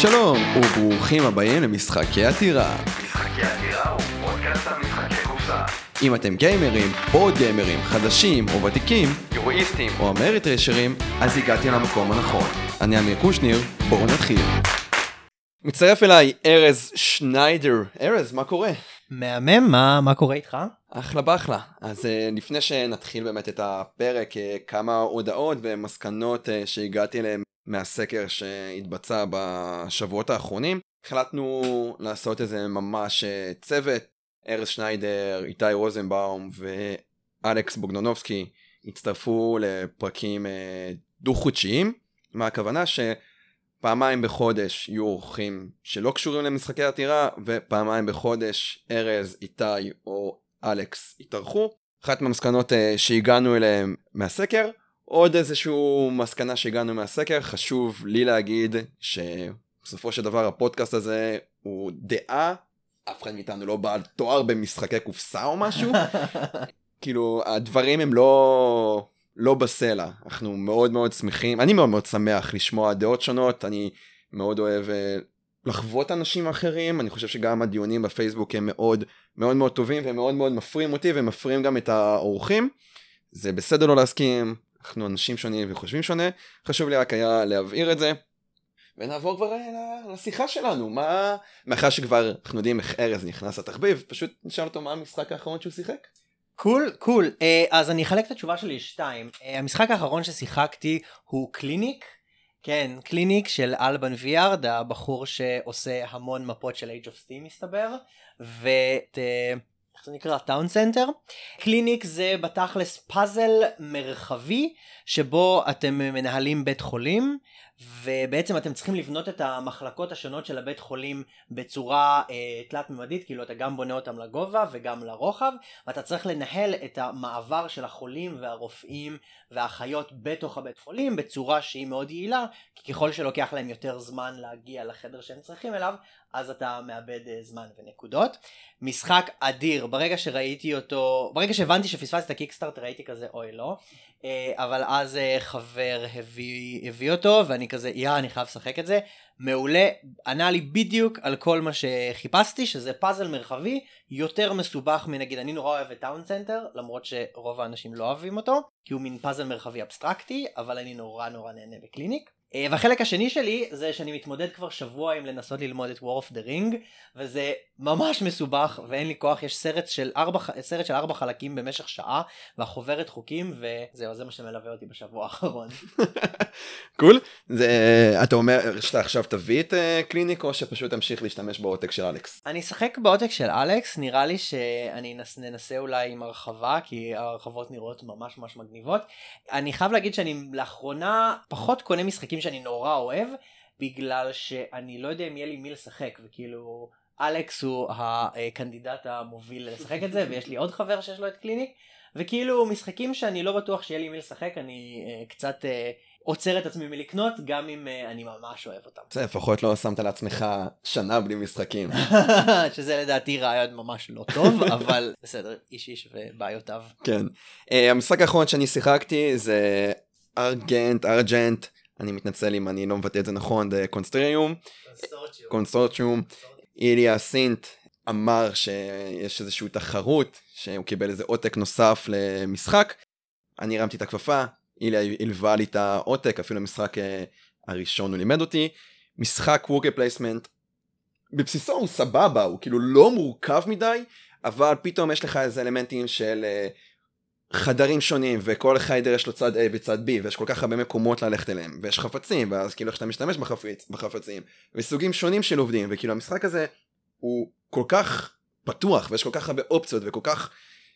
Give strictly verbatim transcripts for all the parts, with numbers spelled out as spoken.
שלום, וברוכים הבאים למשחקי עתירה. משחקי עתירה הוא פודקאסט על משחקי קופסה. אם אתם גיימרים, בורד גיימרים, חדשים או ותיקים, יורואיסטים או אמריטרשרים, אז הגעתי למקום הנכון. אני אמיר קושניר, בואו נתחיל. מצטרף אליי ארז שניידר. ארז, מה קורה? מהמם, מה, מה קורה איתך? אחלה באחלה. אז uh, לפני שנתחיל באמת את הפרק, uh, כמה הודעות ומסקנות uh, שהגעתי אליהם מהסקר שהתבצע בשבועות האחרונים. החלטנו לעשות איזה ממש uh, צוות. ארז שניידר, איתי רוזנבאום ואלכס בוגנונובסקי הצטרפו לפרקים uh, דו-חודשיים. מה הכוונה? ש... פעמיים בחודש יהיו אורחים שלא קשורים למשחקי עתירה, ופעמיים בחודש ארז, איתי או אלכס יתארחו. אחת מהמסקנות uh, שהגענו אליהם מהסקר, עוד איזשהו מסקנה שהגענו מהסקר, חשוב לי להגיד שבסופו של דבר הפודקאסט הזה הוא דעה, אף אחד מאיתנו לא בעל תואר במשחקי קופסה או משהו, כאילו הדברים הם לא... לא בסלע. אנחנו מאוד מאוד שמחים, אני מאוד מאוד שמח לשמוע דעות שונות, אני מאוד אוהב לחוות אנשים אחרים, אני חושב שגם הדיונים בפייסבוק הם מאוד מאוד מאוד טובים, והם מאוד מאוד מפרים אותי, ומפרים גם את האורחים. זה בסדר לא להסכים, אנחנו אנשים שונים וחושבים שונה, חשוב לי רק היה להבהיר את זה, ונעבור כבר לשיחה שלנו, מה, מאחר שכבר אנחנו יודעים איך ארז נכנס לתחביב, פשוט נשאל אותו מה המשחק האחרון שהוא שיחק. קול, קול. אז אני אחלק את התשובה שלי לשתיים. המשחק האחרון ששיחקתי הוא קליניק. כן, קליניק של אלבן ויארד, הבחור שעושה המון מפות של Age of Steam מסתבר. ואת... איך זה נקרא? טאון סנטר. קליניק זה בתכלס פאזל מרחבי, שבו אתם מנהלים בית חולים, ובעצם אתם צריכים לבנות את המחלקות השונות של הבית חולים בצורה אה, תלת ממדית, כאילו אתה גם בונה אותם לגובה וגם לרוחב, ואתה צריך לנהל את המעבר של החולים והרופאים והאחיות בתוך הבית חולים בצורה שהיא מאוד יעילה, כי ככל שלוקח להם יותר זמן להגיע לחדר שהם צריכים אליו, אז אתה מאבד זמן ונקודות. משחק אדיר, ברגע שראיתי אותו, ברגע שהבנתי שפספסתי את הקיקסטארט ראיתי כזה אוי לא, אבל אז חבר הביא, הביא אותו ואני כזה יא אני חייב לשחק את זה, מעולה, ענה לי בדיוק על כל מה שחיפשתי, שזה פאזל מרחבי יותר מסובך מנגיד, אני נורא אוהב את טאון סנטר, למרות שרוב האנשים לא אוהבים אותו, כי הוא מין פאזל מרחבי אבסטרקטי, אבל אני נורא נורא נהנה בקליניק. והחלק השני שלי זה שאני מתמודד כבר שבוע עם לנסות ללמוד את War of the Ring, וזה ממש מסובך ואין לי כוח, יש סרט של ארבע, סרט של ארבע חלקים במשך שעה, והחוברת חוקים, וזהו, זה מה שמלווה אותי בשבוע האחרון. קול. זה, אתה אומר שאתה עכשיו תביא את קליניק, או שפשוט תמשיך להשתמש בעותק של אלכס? אני אשחק בעותק של אלכס, נראה לי שאני ננסה אולי עם הרחבה, כי הרחבות נראות ממש ממש מגניבות. אני חייב להגיד שאני לאחרונה פחות קונה משחקים שאני נורא אוהב, בגלל שאני לא יודע אם יהיה לי מי לשחק, וכאילו אלכס הוא הקנדידט המוביל לשחק את זה, ויש לי עוד חבר שיש לו את קליניק, וכאילו משחקים שאני לא בטוח שיהיה לי מי לשחק, אני uh, קצת uh, עוצר את עצמי מלקנות, גם אם uh, אני ממש אוהב אותם. זה לפחות לא שמת לעצמך שנה בלי משחקים. שזה לדעתי רעיון ממש לא טוב, אבל בסדר, איש איש ובעיותיו. כן. Uh, המשחק האחרון שאני שיחקתי זה ארגנט, ארג'נט, אני מתנצל אם אני לא מבטא את זה נכון, זה קונסטריום. קונסורציום. קונסורציום. איליה סינט אמר שיש איזושהי תחרות, שהוא קיבל איזה עותק נוסף למשחק. אני הרמתי את הכפפה, איליה הלווה לי את העותק, אפילו המשחק הראשון הוא לימד אותי. משחק וורקר פלייסמנט, בבסיסו הוא סבבה, הוא כאילו לא מורכב מדי, אבל פתאום יש לך איזה אלמנטים של חדרים שונים, וכל חיידר יש לו צד A וצד B, ויש כל כך הרבה מקומות ללכת אליהם, ויש חפצים, ואז כאילו איך שאתה משתמש בחפץ, בחפצים, וסוגים שונים של עובדים, וכאילו המשחק הזה הוא כל כך פתוח, ויש כל כך הרבה אופציות, וכל כך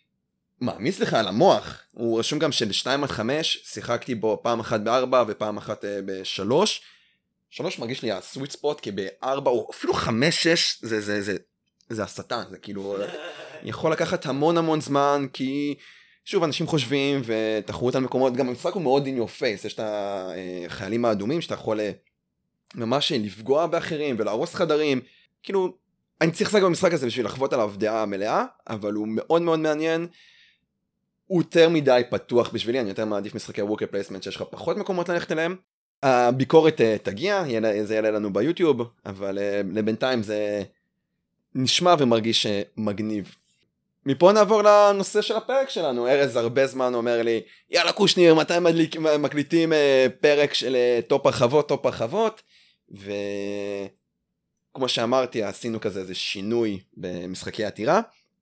מעמיס לך על המוח. הוא רשום גם של שתיים עד חמש, שיחקתי בו פעם אחת בארבע, ופעם אחת בשלוש. שלוש מרגיש לי הסוויט ספוט, כי בארבע, או אפילו חמש, שש, זה, זה, זה, זה השטן, זה כאילו, יכול לקחת המון המון זמן, כי שוב, אנשים חושבים ותחרות על מקומות, גם המשחק הוא מאוד in your face, יש את החיילים האדומים שאתה יכול ממש לפגוע באחרים ולהרוס חדרים, כאילו, אני צריך לשחק במשחק הזה בשביל לחוות עליו דעה מלאה, אבל הוא מאוד מאוד מעניין, הוא יותר מדי פתוח בשבילי, אני יותר מעדיף משחקי וורקר פלייסמנט שיש לך פחות מקומות ללכת אליהם, הביקורת תגיע, זה יעלה לנו ביוטיוב, אבל לבינתיים זה נשמע ומרגיש מגניב. מפה נעבור לנושא של הפרק שלנו. ארז הרבה זמן אומר לי, יאללה קושניר, מתי מקליטים פרק של טופ הרחבות, טופ הרחבות, וכמו שאמרתי, עשינו כזה איזה שינוי במשחקי עתירה,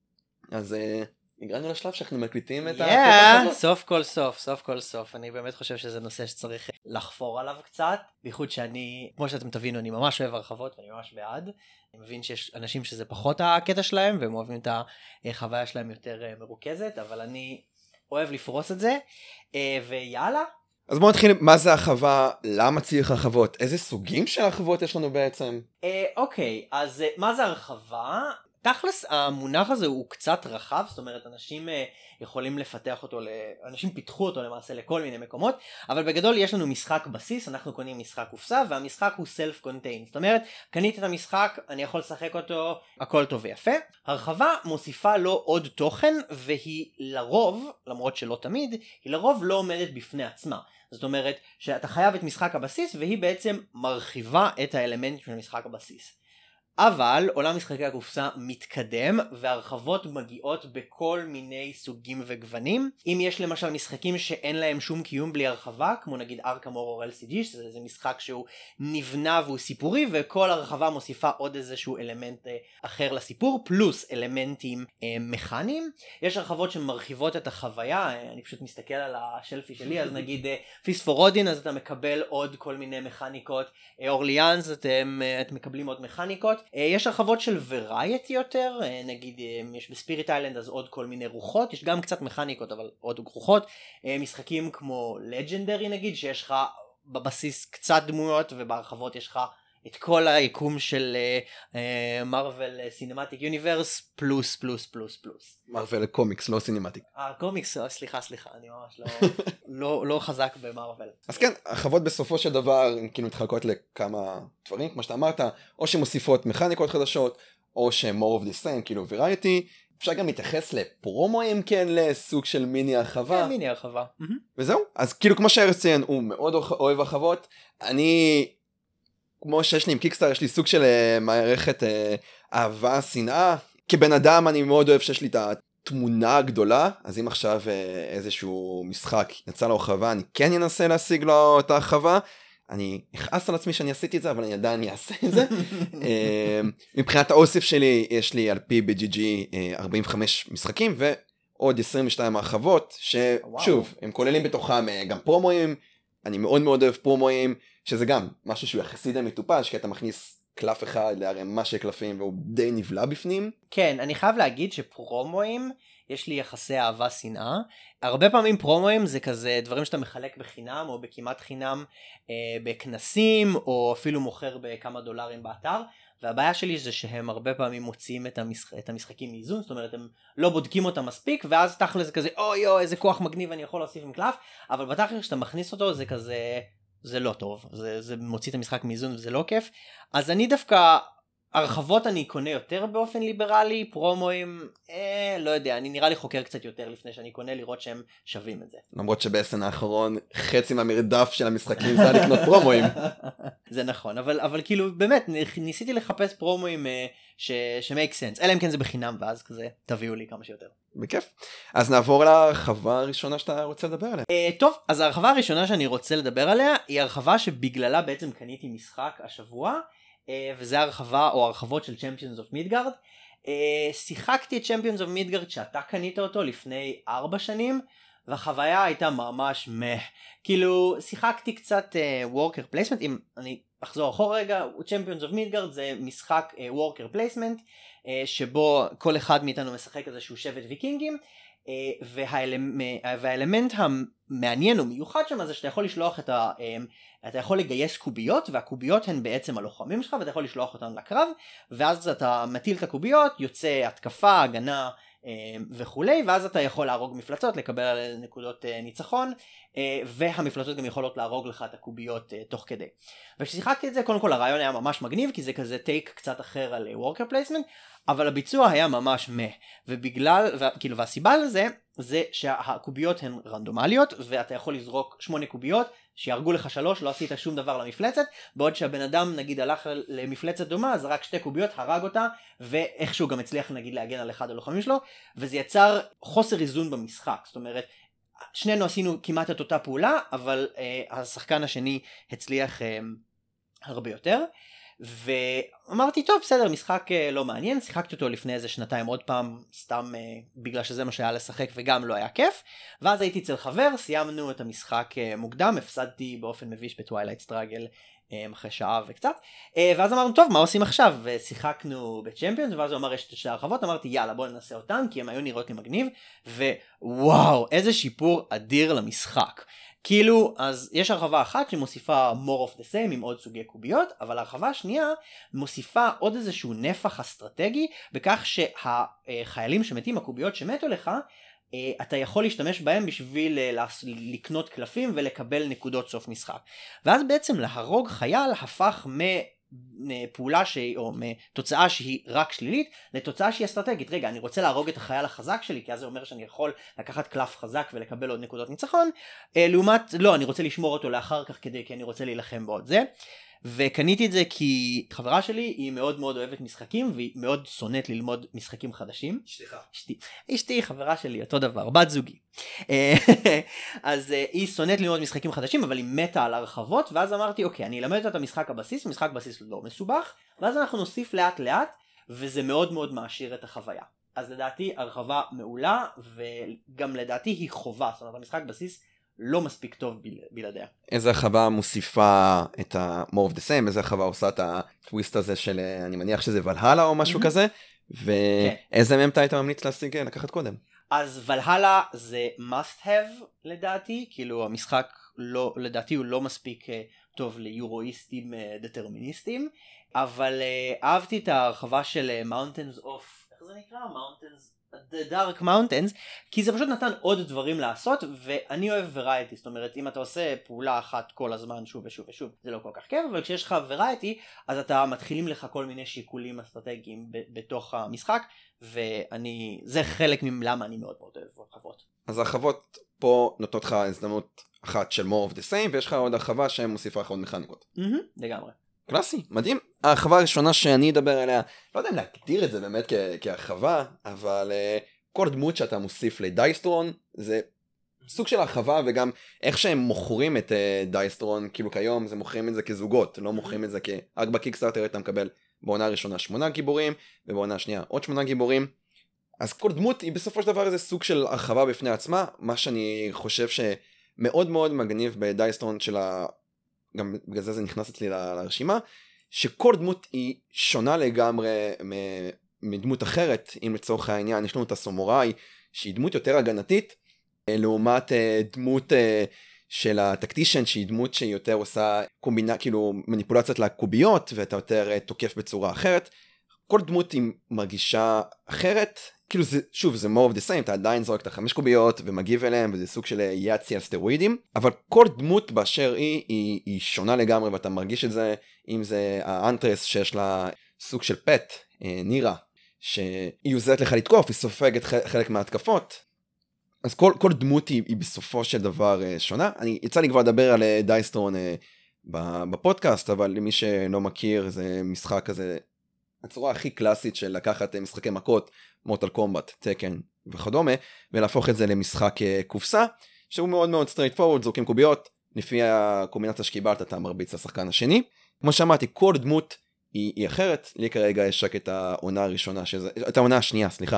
אז הגענו לשלב שאנחנו מקליטים את yeah, הטופ הרחבות. סוף כל סוף, סוף כל סוף. אני באמת חושב שזה נושא שצריך לחפור עליו קצת, בייחוד שאני, כמו שאתם תבינו, אני ממש אוהב הרחבות ואני ממש בעד. אני מבין שיש אנשים שזה פחות הקטע שלהם, והם אוהבים את החוויה שלהם יותר מרוכזת, אבל אני אוהב לפרוס את זה, ויאללה. אז בואו נתחיל, מה זה הרחבה, למה צריך הרחבות, איזה סוגים של הרחבות יש לנו בעצם? אוקיי, אז מה זה הרחבה? תכלס המונח הזה הוא קצת רחב, זאת אומרת אנשים יכולים לפתח אותו, אנשים פיתחו אותו למעשה לכל מיני מקומות, אבל בגדול יש לנו משחק בסיס, אנחנו קונים משחק קופסה, והמשחק הוא self-contained, זאת אומרת קנית את המשחק, אני יכול לשחק אותו, הכל טוב ויפה. הרחבה מוסיפה לו עוד תוכן, והיא לרוב, למרות שלא תמיד, היא לרוב לא עומדת בפני עצמה. זאת אומרת שאתה חייב את משחק הבסיס, והיא בעצם מרחיבה את האלמנט של משחק הבסיס. אבל עולם משחקי הקופסה מתקדם, והרחבות מגיעות בכל מיני סוגים וגוונים. אם יש למשל משחקים שאין להם שום קיום בלי הרחבה, כמו נגיד ארכם אור או אל סי ג'י, שזה משחק שהוא נבנה והוא סיפורי, וכל הרחבה מוסיפה עוד איזשהו אלמנט אה, אחר לסיפור, פלוס אלמנטים אה, מכניים. יש הרחבות שמרחיבות את החוויה, אה, אני פשוט מסתכל על השלפי שלי, אז נגיד אה, פיסט פור אודין, אז אתה מקבל עוד כל מיני מכניקות, אה, אורליאנס, אתם, אה, אתם מקבלים עוד מכניקות. יש הרחבות של וריאטי יותר, נגיד יש בספיריט איילנד אז עוד כל מיני רוחות, יש גם קצת מכניקות אבל עוד רוחות, משחקים כמו לג'נדרי נגיד שיש לך בבסיס קצת דמויות ובהרחבות יש לך את כל היקום של מרוול סינמטיק יוניברס פלוס פלוס פלוס פלוס. מרוול קומיקס לא סינמטיק. אה קומיקס, סליחה סליחה אני ממש לא, לא, לא חזק במרוול. אז כן, הרחבות בסופו של דבר כאילו מתחלקות לכמה דברים כמו שאתה אמרת, או שמוסיפות מכניקות חדשות או שהם more of the same כאילו וריאטי. אפשר גם להתייחס לפרומואים כן לסוג של מיני הרחבה. כן, מיני הרחבה. וזהו, אז כאילו כמו שארז ציין הוא מאוד אוהב הרחבות. אני כמו שיש לי עם קיקסטאר, יש לי סוג של uh, מערכת uh, אהבה, שנאה. כבן אדם אני מאוד אוהב שיש לי את התמונה הגדולה, אז אם עכשיו uh, איזשהו משחק יצא לו הרחבה, אני כן אנסה להשיג לו את הרחבה. אני אכעס על עצמי שאני עשיתי את זה, אבל אני עדיין אעשה את זה. uh, מבחינת האוסף שלי, יש לי על פי בי ג'י ג'י uh, ארבעים וחמש משחקים, ועוד עשרים ושתיים הרחבות, ששוב, הם כוללים בתוכם uh, גם פרומואים, אני מאוד מאוד אוהב פרומואים, שזה גם משהו שהוא יחסי די מטופש, כי אתה מכניס קלף אחד לערימה של קלפים, והוא די נבלע בפנים. כן, אני חייב להגיד שפרומואים, יש לי יחסי אהבה שנאה. הרבה פעמים פרומואים זה כזה דברים שאתה מחלק בחינם, או בכמעט חינם אה, בכנסים, או אפילו מוכר בכמה דולרים באתר. והבעיה שלי זה שהם הרבה פעמים מוציאים את, המשח... את המשחקים מאיזון, זאת אומרת הם לא בודקים אותם מספיק, ואז תכל'ס כזה, אוי אוי איזה כוח מגניב אני יכול להוסיף עם קלף, אבל בתכל'ס כשאתה מכניס אותו זה כזה... זה לא טוב, זה, זה מוציא את המשחק מאיזון וזה לא כיף. אז אני דווקא, הרחבות אני קונה יותר באופן ליברלי, פרומואים, אה, לא יודע, אני נראה לי חוקר קצת יותר לפני שאני קונה, לראות שהם שווים את זה. למרות שבעשן האחרון, חצי מהמרדף של המשחקים זה לקנות פרומואים. זה נכון, אבל, אבל כאילו באמת, ניסיתי לחפש פרומואים ש, ש-make sense, אלא אם כן זה בחינם, ואז כזה תביאו לי כמה שיותר. בכיף. אז נעבור להרחבה הראשונה שאתה רוצה לדבר עליה. Uh, טוב, אז ההרחבה הראשונה שאני רוצה לדבר עליה, היא הרחבה שבגללה בעצם קניתי משחק השבוע, uh, וזה הרחבה או הרחבות של Champions of Midgard. Uh, שיחקתי את Champions of Midgard שאתה קנית אותו לפני ארבע שנים, והחוויה הייתה ממש מה. כאילו, שיחקתי קצת uh, worker placement, אם אני אחזור אחורה רגע, Champions of Midgard זה משחק uh, worker placement, uh, שבו כל אחד מאיתנו משחק איזשהו שבט ויקינגים, uh, והאלמ... והאלמנט המעניין ומיוחד שם זה שאתה יכול לשלוח את ה... Um, אתה יכול לגייס קוביות, והקוביות הן בעצם הלוחמים שלך, ואתה יכול לשלוח אותן לקרב, ואז אתה מטיל את הקוביות, יוצא התקפה, הגנה, וכולי, ואז אתה יכול להרוג מפלצות, לקבל על נקודות ניצחון, והמפלצות גם יכולות להרוג לך את הקוביות תוך כדי. וכששיחקתי את זה, קודם כל הרעיון היה ממש מגניב, כי זה כזה טייק קצת אחר על worker placement, אבל הביצוע היה ממש מה. ובגלל, כאילו, והסיבה לזה, זה שהקוביות הן רנדומליות, ואתה יכול לזרוק שמונה קוביות, שיהרגו לך שלוש, לא עשית שום דבר למפלצת, בעוד שהבן אדם נגיד הלך למפלצת דומה, זרק שתי קוביות, הרג אותה, ואיכשהו גם הצליח נגיד להגן על אחד הלוחמים שלו, וזה יצר חוסר איזון במשחק, זאת אומרת, שנינו עשינו כמעט את אותה פעולה, אבל אה, השחקן השני הצליח אה, הרבה יותר, ואמרתי טוב בסדר, משחק אה, לא מעניין, שיחקתי אותו לפני איזה שנתיים עוד פעם, סתם אה, בגלל שזה מה שהיה לשחק וגם לא היה כיף, ואז הייתי אצל חבר, סיימנו את המשחק אה, מוקדם, הפסדתי באופן מביש בטווילייט סטראגל, אחרי שעה וקצת, ואז אמרנו טוב מה עושים עכשיו, ושיחקנו בצ'מפיונס, ואז הוא אמר יש שתי הרחבות, אמרתי יאללה בוא ננסה אותן כי הם היו נראות לי מגניב, ווואו איזה שיפור אדיר למשחק, כאילו אז יש הרחבה אחת שמוסיפה more of the same עם עוד סוגי קוביות, אבל הרחבה השנייה מוסיפה עוד איזשהו נפח אסטרטגי, בכך שהחיילים שמתים, הקוביות שמתו לך, אתה יכול להשתמש בהם בשביל לקנות קלפים ולקבל נקודות סוף משחק. ואז בעצם להרוג חייל הפך מפעולה שהיא, או מתוצאה שהיא רק שלילית, לתוצאה שהיא אסטרטגית. רגע, אני רוצה להרוג את החייל החזק שלי, כי אז זה אומר שאני יכול לקחת קלף חזק ולקבל עוד נקודות ניצחון, לעומת, לא, אני רוצה לשמור אותו לאחר כך כדי, כי אני רוצה להילחם בעוד זה. וקניתי את זה כי חברה שלי היא מאוד מאוד אוהבת משחקים והיא מאוד שונאת ללמוד משחקים חדשים. אשתך. אשתי, אשתי חברה שלי, אותו דבר, בת זוגי. אז היא שונאת ללמוד משחקים חדשים, אבל היא מתה על הרחבות, ואז אמרתי אוקיי, אני אלמד את המשחק הבסיס, משחק בסיס לא מסובך, ואז אנחנו נוסיף לאט לאט, וזה מאוד מאוד מעשיר את החוויה. אז לדעתי הרחבה מעולה, וגם לדעתי היא חובה, זאת אומרת המשחק בסיס לא מספיק טוב בלעדיה. איזה הרחבה מוסיפה את ה-more of the same, איזה הרחבה עושה את הטוויסט הזה של, אני מניח שזה ולהלה או משהו כזה, ואיזה מהם אתה היית ממליץ להשיג לקחת קודם? אז ולהלה זה must have לדעתי, כאילו המשחק לא, לדעתי הוא לא מספיק טוב ליורואיסטים דטרמיניסטים, אבל אהבתי את הרחבה של Mountains of, איך זה נקרא? Mountains The Dark Mountains, כי זה פשוט נתן עוד דברים לעשות, ואני אוהב וריאטי, זאת אומרת אם אתה עושה פעולה אחת כל הזמן שוב ושוב ושוב זה לא כל כך כיף, אבל כשיש לך וריאטי אז אתה מתחילים לך כל מיני שיקולים אסטרטגיים ב- בתוך המשחק, ואני זה חלק מלמה אני מאוד מאוד אוהב הרחבות. אז הרחבות פה נותנות לך הזדמנות אחת של more of the same, ויש לך עוד הרחבה שמוסיפה לך עוד מכניקות. Mm-hmm, לגמרי. קלאסי, מדהים. ההרחבה הראשונה שאני אדבר עליה, לא יודע אם להגדיר את זה באמת כ- כהרחבה, אבל uh, כל דמות שאתה מוסיף לדייסטרון, זה סוג של הרחבה, וגם איך שהם מוכרים את uh, דייסטרון, כאילו כיום זה מוכרים את זה כזוגות, לא מוכרים את זה כ... רק בקיקסטארטר אתה מקבל בעונה הראשונה שמונה גיבורים, ובעונה השנייה עוד שמונה גיבורים, אז כל דמות היא בסופו של דבר איזה סוג של הרחבה בפני עצמה, מה שאני חושב שמאוד מאוד מגניב בדייסטרון של ה... גם בגלל זה זה נכנס אצלי לרשימה, שכל דמות היא שונה לגמרי מדמות אחרת. אם לצורך העניין יש לנו את הסומוראי שהיא דמות יותר הגנתית, לעומת דמות של הטקטישן שהיא דמות שהיא יותר עושה קומבינה, כאילו מניפולציות לקוביות, ואתה יותר תוקף בצורה אחרת. כל דמות היא מרגישה אחרת, כאילו זה, שוב, זה more of the same, אתה עדיין זורק את החמש קוביות ומגיב אליהם, וזה סוג של יאצי על סטרואידים, אבל כל דמות באשר היא, היא, היא שונה לגמרי, ואתה מרגיש את זה, אם זה האנטרס שיש לה סוג של פט, נירה, שהיא עוזרת לך לתקוף, היא סופגת חלק מההתקפות, אז כל, כל דמות היא, היא בסופו של דבר שונה. אני יצא לי כבר לדבר על דייסטרון בפודקאסט, אבל למי שלא מכיר, זה משחק כזה, הצורה הכי קלאסית של לקחת משחקי מכות, מורטל קומבט, טקן וכדומה, ולהפוך את זה למשחק קופסה, שהוא מאוד מאוד סטרייט פורוורד, זורקים קוביות, לפי הקומבינציה שקיבלת אתה מרביץ לשחקן השני. כמו שאמרתי, כל דמות היא, היא אחרת, לי כרגע יש רק את העונה הראשונה, שזה, את העונה השנייה, סליחה,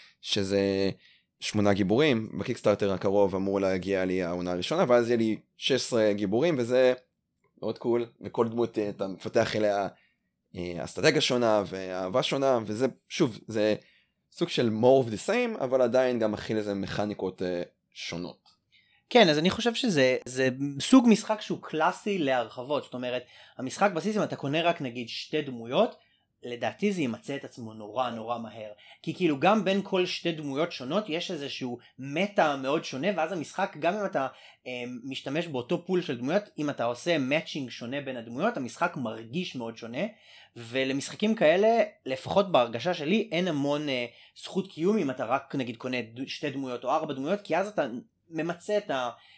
שזה שמונה גיבורים, בקיקסטארטר הקרוב אמור להגיע לי העונה הראשונה, ואז יהיה לי שש עשרה גיבורים, וזה מאוד קול, וכל דמות אתה מפתח אליה אסטרטגיה שונה ואהבה שונה, וזה שוב, זה סוג של more of the same, אבל עדיין גם מכיל איזה מכניקות שונות. כן, אז אני חושב שזה זה סוג משחק שהוא קלאסי להרחבות, זאת אומרת, המשחק בסיס אם אתה קונה רק נגיד שתי דמויות, לדעתי זה ימצא את עצמו נורא נורא מהר, כי כאילו גם בין כל שתי דמויות שונות יש איזשהו מטה מאוד שונה, ואז המשחק גם אם אתה אה, משתמש באותו פול של דמויות, אם אתה עושה מאצ'ינג שונה בין הדמויות, המשחק מרגיש מאוד שונה, ולמשחקים כאלה, לפחות בהרגשה שלי, אין המון אה, זכות קיום אם אתה רק נגיד קונה שתי דמויות או ארבע דמויות, כי אז אתה ממצא את, ה,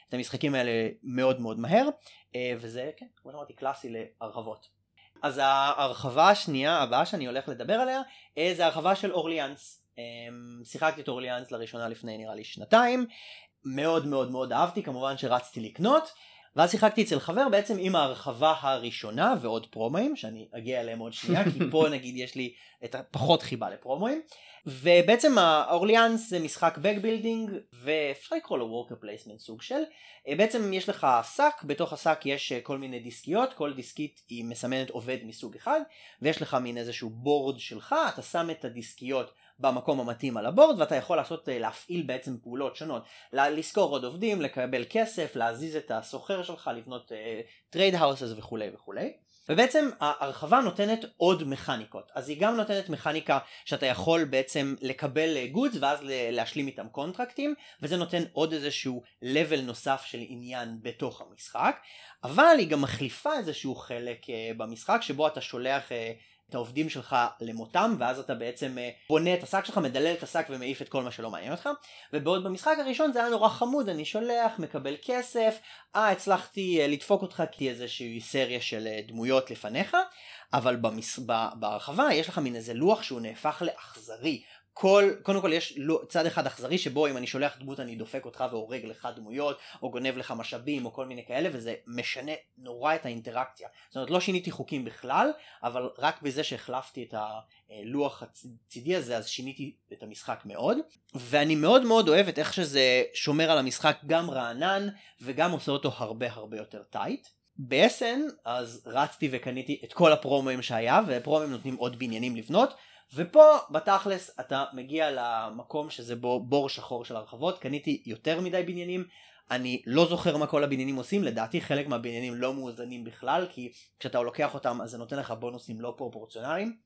את המשחקים האלה מאוד מאוד מהר, וזה, כן, כמו שאמרתי, קלאסי להרחבות. אז ההרחבה השנייה הבאה שאני הולך לדבר עליה, זה הרחבה של אורליאנס. שיחקתי את אורליאנס לראשונה לפני נראה לי שנתיים, מאוד מאוד מאוד אהבתי, כמובן שרצתי לקנות, ואז שיחקתי אצל חבר בעצם עם ההרחבה הראשונה ועוד פרומואים, שאני אגיע אליהם עוד שנייה, כי פה נגיד יש לי את פחות חיבה לפרומואים, ובעצם האורליאנס זה משחק בקבילדינג, ואפשר לקרוא לו וורקר פלייסמנט סוג של, בעצם יש לך שק, בתוך השק יש כל מיני דיסקיות, כל דיסקית היא מסמנת עובד מסוג אחד, ויש לך מין איזשהו בורד שלך, אתה שם את הדיסקיות במקום המתאים על הבורד, ואתה יכול לעשות, להפעיל בעצם פעולות שונות, לזכור עוד עובדים, לקבל כסף, להזיז את הסוחר שלך, לבנות טרייד uh, האוסס וכו' וכו'. ובעצם ההרחבה נותנת עוד מכניקות, אז היא גם נותנת מכניקה שאתה יכול בעצם לקבל גודס ואז להשלים איתם קונטרקטים, וזה נותן עוד איזשהו level נוסף של עניין בתוך המשחק, אבל היא גם מחליפה איזשהו חלק uh, במשחק שבו אתה שולח uh, את העובדים שלך למותם, ואז אתה בעצם בונה את השק שלך, מדלל את השק ומעיף את כל מה שלא מעניין אותך. ובעוד במשחק הראשון זה היה נורא חמוד, אני שולח, מקבל כסף, אה הצלחתי לדפוק אותך כי איזושהי סריה של דמויות לפניך, אבל במס... בהרחבה יש לך מין איזה לוח שהוא נהפך לאכזרי. כל, קודם כל יש צד אחד אכזרי שבו אם אני שולח דמות אני דופק אותך והורג לך דמויות או גונב לך משאבים או כל מיני כאלה, וזה משנה נורא את האינטראקציה. זאת אומרת לא שיניתי חוקים בכלל, אבל רק בזה שהחלפתי את הלוח הצידי הזה אז שיניתי את המשחק מאוד, ואני מאוד מאוד אוהב את איך שזה שומר על המשחק גם רענן וגם עושה אותו הרבה הרבה יותר טייט. ב-אס אן אז רצתי וקניתי את כל הפרומואים שהיה, ופרומואים נותנים עוד בניינים לבנות, ופה בתכלס אתה מגיע למקום שזה בו בור שחור של הרחבות. קניתי יותר מדי בניינים, אני לא זוכר מה כל הבניינים עושים, לדעתי חלק מהבניינים לא מאוזנים בכלל, כי כשאתה לוקח אותם אז זה נותן לך בונוסים לא פרופורציונליים,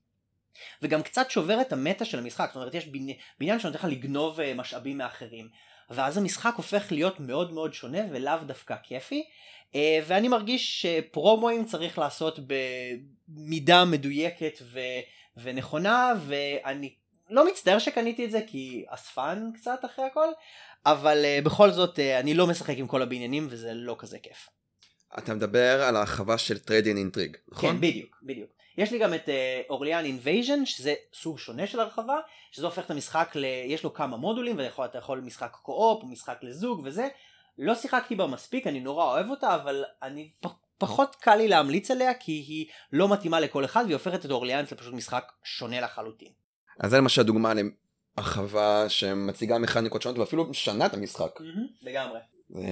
וגם קצת שובר את המטה של המשחק. זאת אומרת יש בני... בניין שנותן לך לגנוב משאבים מאחרים, ואז המשחק הופך להיות מאוד מאוד שונה ולאו דווקא כיפי, ואני מרגיש שפרומואים צריך לעשות במידה מדויקת ו... ונכונה, ואני לא מצטער שקניתי את זה כי אספן קצת אחרי הכל, אבל uh, בכל זאת uh, אני לא משחק עם כל הבניינים וזה לא כזה כיף. אתה מדבר על הרחבה של Trade and Intrigue, נכון? כן, בדיוק, בדיוק. יש לי גם את אורליאן uh, Invasion, שזה סוג שונה של הרחבה, שזה הופך את המשחק, ל... יש לו כמה מודולים, ואתה יכול, יכול משחק קו-אופ, משחק לזוג וזה. לא שיחקתי בה מספיק, אני נורא אוהב אותה, אבל אני פ... פחות קל לי להמליץ עליה, כי היא לא מתאימה לכל אחד, והיא הופכת את אורליאנס לפשוט משחק שונה לחלוטין. אז זה למשל דוגמה להרחבה שמציגה מכניקות שונות, ואפילו משנה את המשחק. Mm-hmm, לגמרי. ו...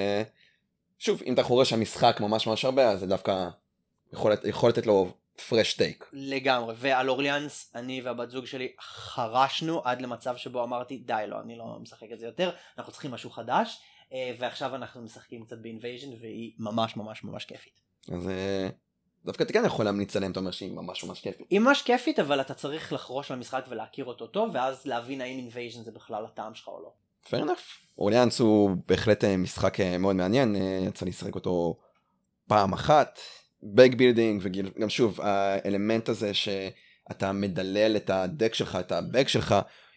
שוב, אם אתה חורא שהמשחק ממש ממש הרבה, אז זה דווקא יכול, יכול לתת לו פרש טייק. לגמרי, ועל אורליאנס אני והבת זוג שלי חרשנו עד למצב שבו אמרתי, די לא, אני לא משחק את זה יותר, אנחנו צריכים משהו חדש, ועכשיו אנחנו משחקים קצת באינבייז'ן, והיא ממש ממש ממש כיפית. אז דווקא אתה כן יכול להמליץ עליהם, אתה אומר שהיא ממש ממש כיפית. היא ממש כיפית, אבל אתה צריך לחרוש למשחק ולהכיר אותו טוב, ואז להבין האם אינבייז'ן זה בכלל הטעם שלך או לא. fair enough. אורליאנס הוא בהחלט משחק מאוד מעניין, יצא לי לשחק אותו פעם אחת, בק בילדינג, וגם שוב, האלמנט הזה שאתה מדלל את הדק שלך, את הבק שלך,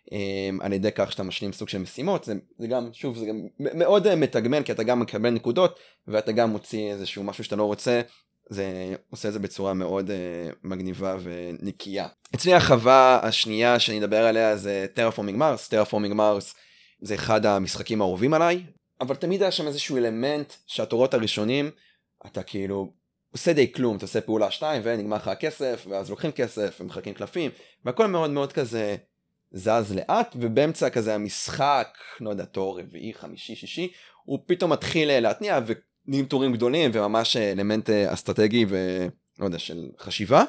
על ידי כך שאתה משלים סוג של משימות, זה, זה גם, שוב, זה גם מאוד מתגמל, כי אתה גם מקבל נקודות, ואתה גם מוציא איזשהו משהו שאתה לא רוצה, זה עושה את זה בצורה מאוד uh, מגניבה ונקייה. אצלי החווה השנייה שאני אדבר עליה זה Terraforming Mars. Terraforming Mars זה אחד המשחקים האהובים עליי, אבל תמיד היה שם איזשהו אלמנט שהתורות הראשונים, אתה כאילו עושה די כלום, אתה עושה פעולה שתיים ונגמר לך הכסף, ואז לוקחים כסף ומחלקים קלפים, והכל מאוד מאוד כזה זז לאט, ובאמצע כזה המשחק, לא יודע, תור רביעי, חמישי, שישי, הוא פתאום מתחיל להתניע, ונהיים תורים גדולים, וממש אלמנט אסטרטגי ולא יודע, של חשיבה.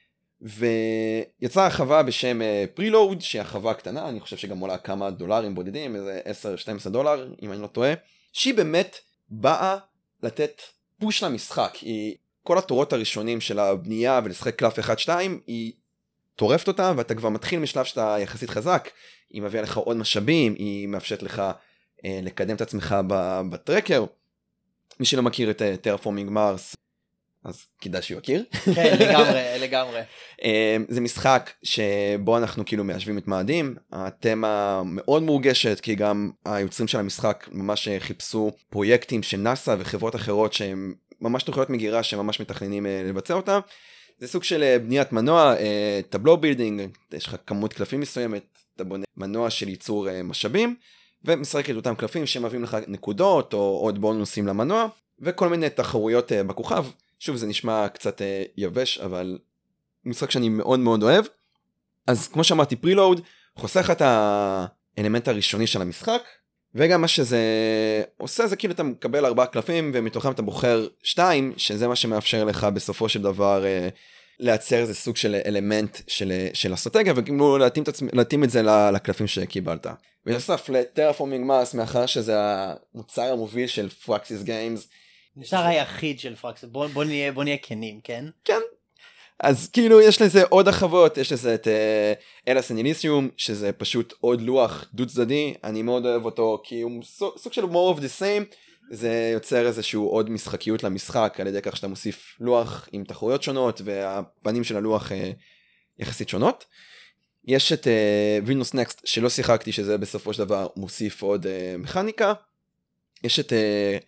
ויצאה החווה בשם פרילוד, שהיא החווה קטנה, אני חושב שגם עולה כמה דולרים בודדים, איזה עשר שתים עשרה דולר, אם אני לא טועה, שהיא באמת באה לתת פוש למשחק. היא, כל התורות הראשונים של הבנייה ולשחק קלף אחד שתיים, היא טורפת אותה, ואתה כבר מתחיל משלב שאתה יחסית חזק, היא מביאה לך עוד משאבים, היא מאפשרת לך אה, לקדם את עצמך בטרקר. מי שלא מכיר את uh, Terraforming Mars, אז כדאי שהוא יכיר. כן, לגמרי, לגמרי. זה משחק שבו אנחנו כאילו מיישבים את מאדים, התמה מאוד מורגשת, כי גם היוצרים של המשחק ממש חיפשו פרויקטים של נאסא וחברות אחרות שהם ממש תוכניות מגירה שממש מתכננים לבצע אותה. זה סוג של בניית מנוע, טבלו בילדינג, יש לך כמות קלפים מסוימת, אתה בונה מנוע של ייצור משאבים, ומשחק את אותם קלפים שמביאים לך נקודות או עוד בונוסים למנוע, וכל מיני תחרויות בכוכב. שוב, זה נשמע קצת יבש, אבל משחק שאני מאוד מאוד אוהב. אז כמו שאמרתי, פרילואוד חוסך את האלמנט הראשוני של המשחק, וגם מה שזה עושה זה כאילו אתה מקבל ארבעה קלפים, ומתוכם אתה בוחר שתיים, שזה מה שמאפשר לך בסופו של דבר לייצר איזה סוג של אלמנט של, של אסטרטגיה, וכאילו להתאים, להתאים את זה לקלפים שקיבלת. בנוסף לטרפורמינג מארס, מאחר שזה המוצר המוביל של פרקסיס גיימס, נשאר היחיד של פרקסיס, בוא, בוא נהיה, בוא נהיה כנים, כן? כן. אז כאילו יש לזה עוד הרחבות, יש לזה את אלאס אנד אליסיום, שזה פשוט עוד לוח דו צדדי, אני מאוד אוהב אותו, כי הוא סוג של more of the same, זה יוצר איזשהו עוד משחקיות למשחק, על ידי כך שאתה מוסיף לוח עם תחרויות שונות, והפנים של הלוח יחסית שונות. יש את וילנוס נקסט, שלא שיחקתי, שזה בסופו של דבר מוסיף עוד מכניקה. יש את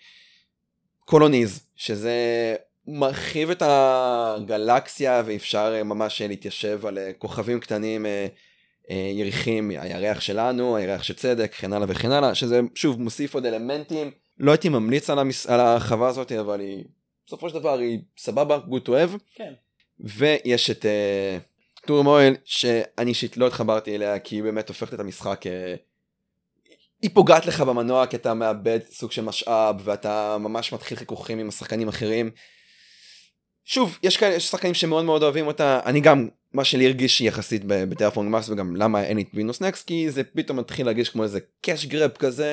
קולוניז, שזה מרחיב את הגלקסיה, ואפשר ממש להתיישב על כוכבים קטנים יריחים, הירח שלנו, הירח של צדק, וכן הלאה וכן הלאה, שזה שוב מוסיף עוד אלמנטים. לא הייתי ממליץ על, המס... על החווה הזאת, אבל היא, בסופו של דבר היא סבבה, גוד to have. כן. ויש את uh, טורמויל, שאני אישית לא התחברתי אליה, כי היא באמת הופכת את המשחק, uh, היא פוגעת לך במנוע, כי אתה מאבד סוג של משאב, ואתה ממש מתחיל חיכוכים עם השחקנים אחרים. שוב, יש כאלה, יש שחקנים שמאוד מאוד אוהבים אותה, אני גם, מה שלי הרגיש יחסית בטרפורמינג מארס, וגם למה אין לי את וילנוס נקסט, כי זה פתאום מתחיל להרגיש כמו איזה קאש גרב כזה,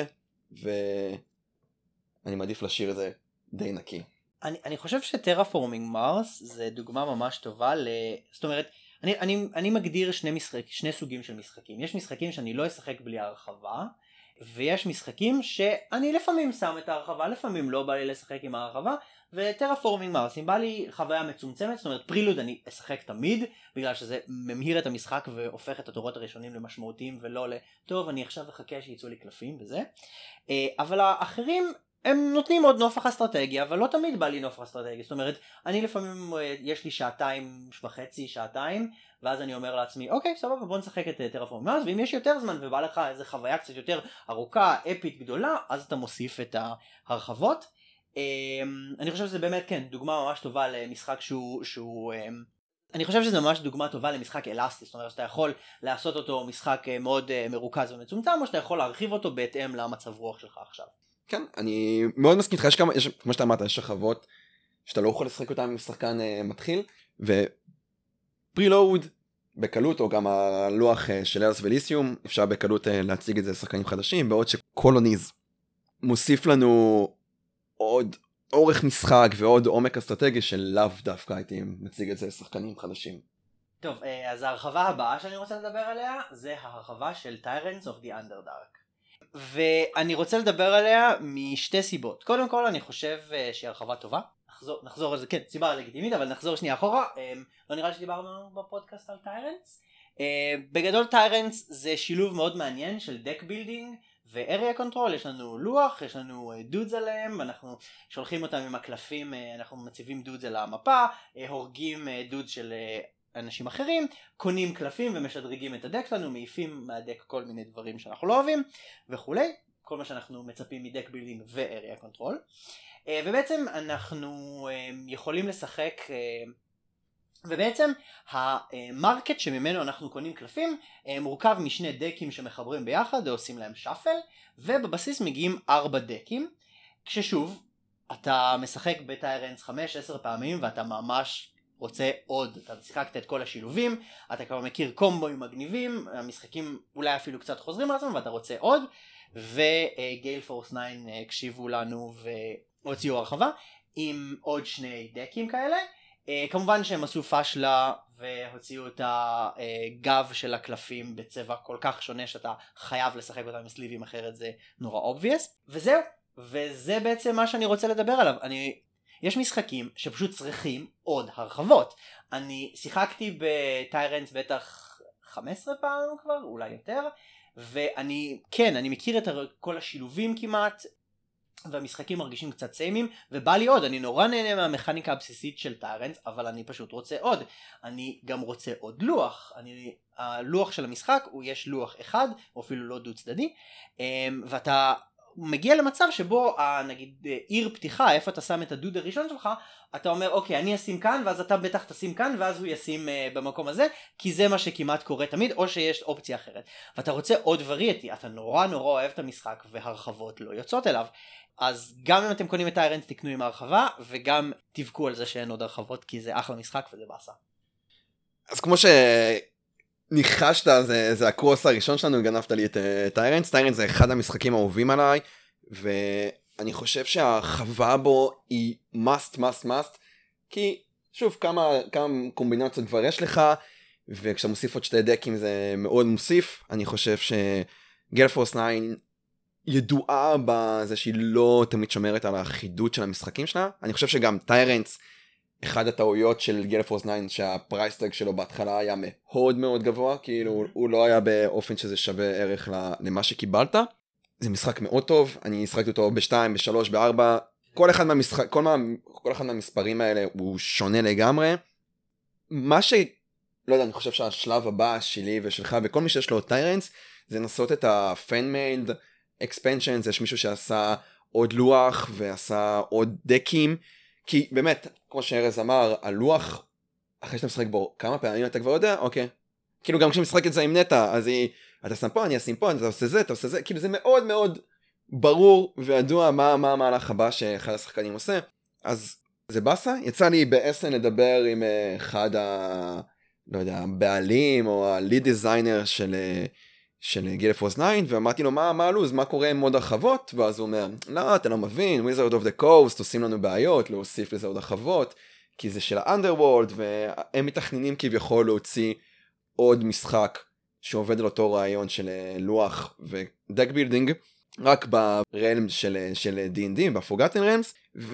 ואני מעדיף לשיר את זה די נקי. אני, אני חושב שטרפורמינג מארס זה דוגמה ממש טובה ל... זאת אומרת, אני, אני, אני מגדיר שני, משחק, שני סוגים של משחקים. יש משחקים שאני לא אשחק בלי הרחבה, ויש משחקים שאני לפעמים שם את ההרחבה, לפעמים לא בא לי לשחק עם ההרחבה, וטרפורמינג מארס, אם בא לי חוויה מצומצמת, זאת אומרת פרילוד אני אשחק תמיד, בגלל שזה ממהיר את המשחק והופך את התורות הראשונים למשמעותיים, ולא לטוב אני עכשיו אחכה שיצאו לי קלפים וזה. אבל האחרים הם נותנים עוד נופח אסטרטגיה, אבל לא תמיד בא לי נופח אסטרטגיה. זאת אומרת, אני לפעמים יש לי שעתיים וחצי, שעתיים, ואז אני אומר לעצמי, אוקיי, סבבה, בוא נשחק את טרפורמינג מארס, ואם יש יותר זמן ובא לך איזו חוויה קצת יותר ארוכה, אפית, גדולה, אז אתה מוסיף את ההרחבות. אני חושב שזה באמת, כן, דוגמה ממש טובה למשחק שהוא, שהוא אני חושב שזה ממש דוגמה טובה למשחק אלסטי, זאת אומרת שאתה יכול לעשות אותו משחק מאוד מרוכז ומצומצם, או שאתה יכול להרחיב אותו בהתאם למצב רוח שלך עכשיו. כן, אני מאוד מסכים איתך, יש כמה, יש, כמו שאתה אמרת, יש שכבות שאתה לא יכול לשחק אותם עם שחקן uh, מתחיל, ופרילואוד בקלות, או גם הלוח uh, של אלאס וליסיום, אפשר בקלות uh, להציג את זה לשחקנים חדשים, בעוד שקולוניז מוסיף לנו עוד אורך משחק ועוד עומק אסטרטגי של לאו דווקא הייתי מציג את זה לשחקנים חדשים. טוב, אז ההרחבה הבאה שאני רוצה לדבר עליה, זה ההרחבה של Tyrants of the Underdark. ואני רוצה לדבר עליה משתי סיבות. קודם כל אני חושב שהיא הרחבה טובה. נחזור, נחזור על זה, כן, סיבה לגיטימית, אבל נחזור שנייה אחורה. לא נראה לי שדיברנו בפודקאסט על טיירנטס. בגדול טיירנטס זה שילוב מאוד מעניין של דק בילדינג ו-area control. יש לנו לוח, יש לנו דודס עליהם, אנחנו שולחים אותם עם הקלפים, אנחנו מציבים דודס על המפה, הורגים דודס של אנשים אחרים, קונים קלפים ומשדרגים את הדק שלנו, מעיפים מהדק כל מיני דברים שאנחנו לא אוהבים וכולי, כל מה שאנחנו מצפים מדק בילדינג ו-area control. ובעצם אנחנו יכולים לשחק, ובעצם המרקט שממנו אנחנו קונים קלפים מורכב משני דקים שמחברים ביחד ועושים להם שפל, ובבסיס מגיעים ארבע דקים, כששוב אתה משחק בטיירנטס חמש עשר פעמים ואתה ממש רוצה עוד, אתה שיחקת את כל השילובים, אתה כבר מכיר קומבוים מגניבים, המשחקים אולי אפילו קצת חוזרים על עצמם ואתה רוצה עוד, וגייל פורס תשע הקשיבו לנו והוציאו הרחבה עם עוד שני דקים כאלה. כמובן שהם עשו פשלה והוציאו את הגב של הקלפים בצבע כל כך שונה שאתה חייב לשחק אותם עם סליבים, אחרת זה נורא obvious. וזהו, וזה בעצם מה שאני רוצה לדבר עליו. אני יש משחקים שפשוט צריכים עוד הרחבות. אני שיחקתי בטיירנס בטח חמש עשרה פעם כבר, אולי יותר, ואני, כן, אני מכיר את כל השילובים כמעט, והמשחקים מרגישים קצת סיימים, ובא לי עוד, אני נורא נהנה מהמכניקה הבסיסית של טיירנס, אבל אני פשוט רוצה עוד. אני גם רוצה עוד לוח. אני, הלוח של המשחק, הוא יש לוח אחד, או אפילו לא דו צדדי, ואתה מגיע למצב שבו, נגיד, עיר פתיחה, איפה אתה שם את הדוד הראשון שלך, אתה אומר, אוקיי, אני אשים כאן, ואז אתה בטח תשים כאן, ואז הוא ישים uh, במקום הזה, כי זה מה שכמעט קורה תמיד, או שיש אופציה אחרת. ואתה רוצה עוד וריאטי, אתה נורא נורא אוהב את המשחק, והרחבות לא יוצאות אליו. אז גם אם אתם קונים את טיירנס, תקנו עם הרחבה, וגם תבכו על זה שאין עוד הרחבות, כי זה אחלה משחק וזה באסה. אז כמו שניחשת, זה, זה הקרוס הראשון שלנו, גנבת לי את uh, טיירנס. טיירנס זה אחד המשחקים האהובים עליי, ואני חושב שהחווה בו היא must, must, must, כי שוב, כמה, כמה קומבינציות כבר יש לך, וכשאתה מוסיף עוד שתי דקים זה מאוד מוסיף. אני חושב שגל פורס תשע ידועה בזה שהיא לא תמיד שומרת על האחידות של המשחקים שלה. אני חושב שגם טיירנס, אחד הטעויות של גל פורס תשע, שהפרייסטג שלו בהתחלה היה מאוד מאוד גבוה, כאילו הוא לא היה באופן שזה שווה ערך למה שקיבלת. זה משחק מאוד טוב, אני שחקתי אותו בשתיים, בשלוש, בארבע, כל אחד מהמשחק, כל, מה, כל אחד מהמספרים האלה הוא שונה לגמרי. מה ש... לא יודע, אני חושב שהשלב הבא שלי ושלך וכל מי שיש לו טיירנס, זה לנסות את ה-fan-made expansions, יש מישהו שעשה עוד לוח ועשה עוד דקים, כי באמת, כמו שארז אמר, הלוח, אחרי שאתה משחק בו כמה פעמים אתה כבר יודע, אוקיי. כאילו גם כשמשחק את זה עם נטה, אז היא, אתה שם פה, אני אשים פה, אתה עושה זה, אתה עושה זה, כאילו זה מאוד מאוד ברור וידוע מה, מה המהלך הבא שאחד השחקנים עושה. אז זה בסה, יצא לי בעשר לדבר עם אחד ה... לא יודע, הבעלים או הליד דיזיינר של, של גיל פורס תשע, ואמרתי לו, מה, מה הלוז, מה קורה עם עוד הרחבות? ואז הוא אומר, לא, אתה לא מבין, Wizard of the Coast עושים לנו בעיות, להוסיף לזה עוד הרחבות, כי זה של האנדרוולד, והם מתכננים כביכול להוציא עוד משחק שעובד על אותו רעיון של לוח ודק בילדינג, רק ברלם של, של די אנד די, בפורגטן רלמס,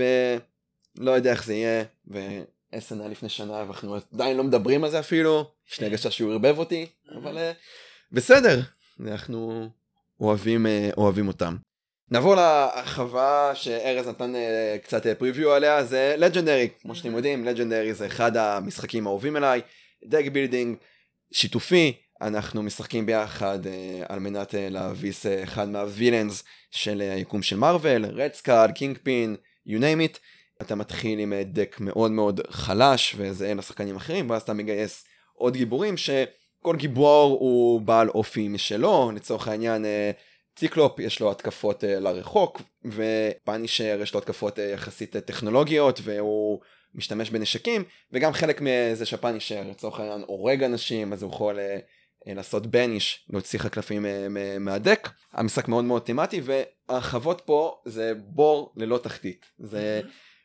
ולא יודע איך זה יהיה, ו-אס אן היה לפני שנה, ואנחנו עדיין לא מדברים על זה אפילו, יש לי הרגשה שהוא הרבב אותי, אבל בסדר, אנחנו אוהבים, אוהבים אותם. נעבור להרחבה שארז נתן קצת פריוויו עליה, זה לג'נדרי, כמו שאתם יודעים, לג'נדרי זה אחד המשחקים האהובים אליי, דק בילדינג, שיתופי, אנחנו משחקים ביחד uh, על מנת uh, להביס uh, אחד מהווילנס של uh, היקום של מרוול, רד סקאד, קינג פין, you name it. אתה מתחיל עם uh, דק מאוד מאוד חלש וזה לשחקנים אחרים, ואז אתה מגייס עוד גיבורים שכל גיבור הוא בעל אופי משלו. לצורך העניין uh, ציקלופ יש לו התקפות uh, לרחוק, ופאנישר יש לו התקפות uh, יחסית uh, טכנולוגיות, והוא משתמש בנשקים, וגם חלק מזה שפאנישר לצורך העניין הורג אנשים, אז הוא יכול uh, לעשות בניש, להוציא הקלפים מהדק. המשחק מאוד מאוד תימטי, והרחבות פה זה בור ללא תחתית. זה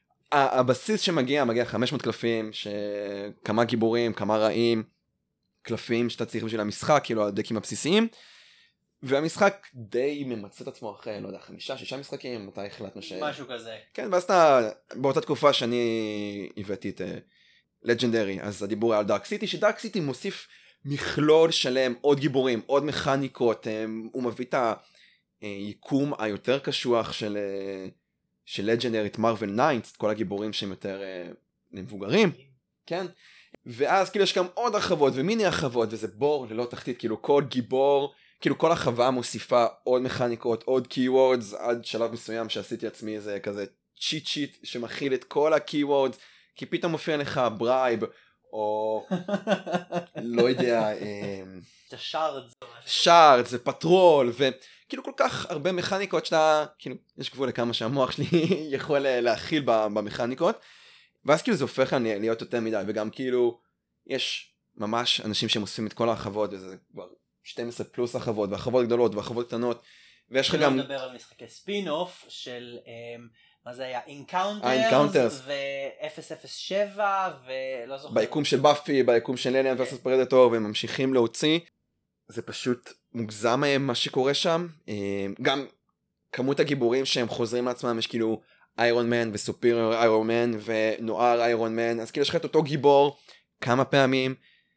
הבסיס שמגיע, מגיע חמש מאות קלפים, כמה גיבורים, כמה רעים, קלפים שאתה צריך בשביל המשחק, כאילו הדקים הבסיסיים, והמשחק די ממצא את עצמו אחרי, לא יודע, חמישה, שישה משחקים, מתי החלטנו ש... משהו כזה. כן, ואז אתה, באותה תקופה שאני הבאתי את לג'נדרי, אז הדיבור היה על דארק סיטי, שדארק סיטי מוסיף מכלול שלם, עוד גיבורים, עוד מכניקות, הוא מביא את היקום היותר קשוח של, של לג'נדרית מרוול ניינטס, כל הגיבורים שהם יותר למבוגרים, כן? ואז כאילו יש גם עוד הרחבות ומיני הרחבות, וזה בור ללא תחתית, כאילו כל גיבור, כאילו כל החווה מוסיפה עוד מכניקות, עוד קיוורדס, עד שלב מסוים שעשיתי עצמי איזה כזה צ'יט שיט שמכיל את כל הקיוורדס, כי פתאום מופיע לך ברייב, או לא יודע, שארדס, שארדס ופטרול, וכאילו כל כך הרבה מכניקות שאתה, כאילו יש גבול לכמה שהמוח שלי יכול להכיל במכניקות, ואז כאילו זה הופך להיות יותר מדי, וגם כאילו יש ממש אנשים שמוסיפים את כל הרחבות, וזה כבר שתים עשרה פלוס הרחבות, והרחבות גדולות והרחבות קטנות, ויש לך גם... אני מדבר על משחקי ספין-אוף של... מה זה היה? אינקאונטרס ו-אפס אפס שבע ולא זוכר. ביקום של באפי, ביקום של אליאן ורסוס פרדטור, והם ממשיכים להוציא. זה פשוט מוגזם מה שקורה שם. גם כמות הגיבורים שהם חוזרים לעצמם, יש כאילו איירון מן וסופיריור איירון מן ונוער איירון מן, אז כאילו יש לך את אותו גיבור כמה פעמים,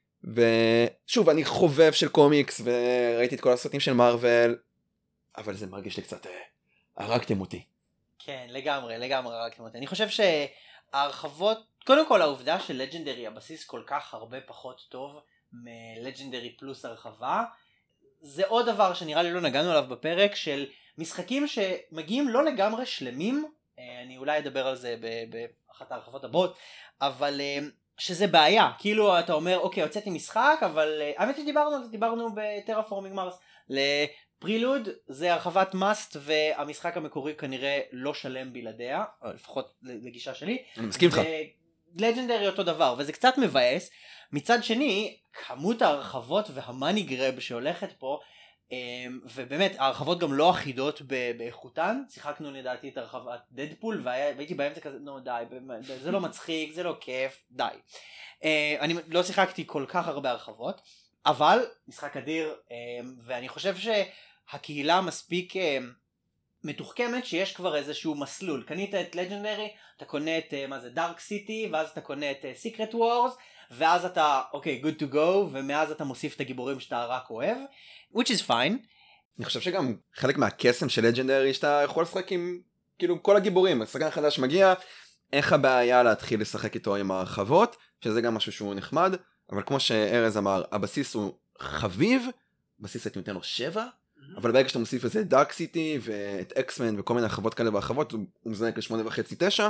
ושוב, אני חובב של קומיקס, וראיתי את כל הסרטים של מארוול, אבל זה מרגיש לי קצת, הרגתם אותי. כן, לגמרי, לגמרי הרגתם אותי. אני חושב שההרחבות, קודם כל העובדה של לג'נדרי, הבסיס כל כך הרבה פחות טוב מלג'נדרי פלוס הרחבה, זה עוד דבר שנראה לי לא נגענו עליו בפרק, של משחקים שמגיעים לא לגמרי שלמים, אני אולי אדבר על זה באחת ההרחבות הבאות, אבל שזה בעיה, כאילו אתה אומר, אוקיי, הוצאתי משחק, אבל האמת שדיברנו על זה, דיברנו בטרפורמינג מרס, לפרילוד זה הרחבת מאסט, והמשחק המקורי כנראה לא שלם בלעדיה, או לפחות לגישה שלי. אני מסכים לך. לג'נדרי אותו דבר, וזה קצת מבאס. מצד שני, כמות ההרחבות והמאני גרב שהולכת פה, ובאמת ההרחבות גם לא אחידות באיכותן. שיחקנו לדעתי את הרחבת דדפול והייתי באמצע כזה, נו די, זה לא מצחיק, זה לא כיף, די. אני לא שיחקתי כל כך הרבה הרחבות, אבל משחק אדיר, ואני חושב שהקהילה מספיק מתוחכמת שיש כבר איזשהו מסלול. קנית את לג'נדרי, אתה קונה את מה זה דארק סיטי, ואז אתה קונה את סיקרט וורס, ואז אתה אוקיי, good to go, ומאז אתה מוסיף את הגיבורים שאתה רק אוהב, which is fine. אני חושב שגם חלק מהקסם של לג'נדרי שאתה יכול לשחק עם כאילו כל הגיבורים, השחקן החדש מגיע, איך הבעיה להתחיל לשחק איתו עם הרחבות, שזה גם משהו שהוא נחמד, אבל כמו שארז אמר, הבסיס הוא חביב, בסיס הייתי נותן לו שבע, אבל ברגע שאתה מוסיף לזה דארק סיטי ואת אקסמן וכל מיני הרחבות כאלה והרחבות, הוא מזנק לשמונה וחצי תשע,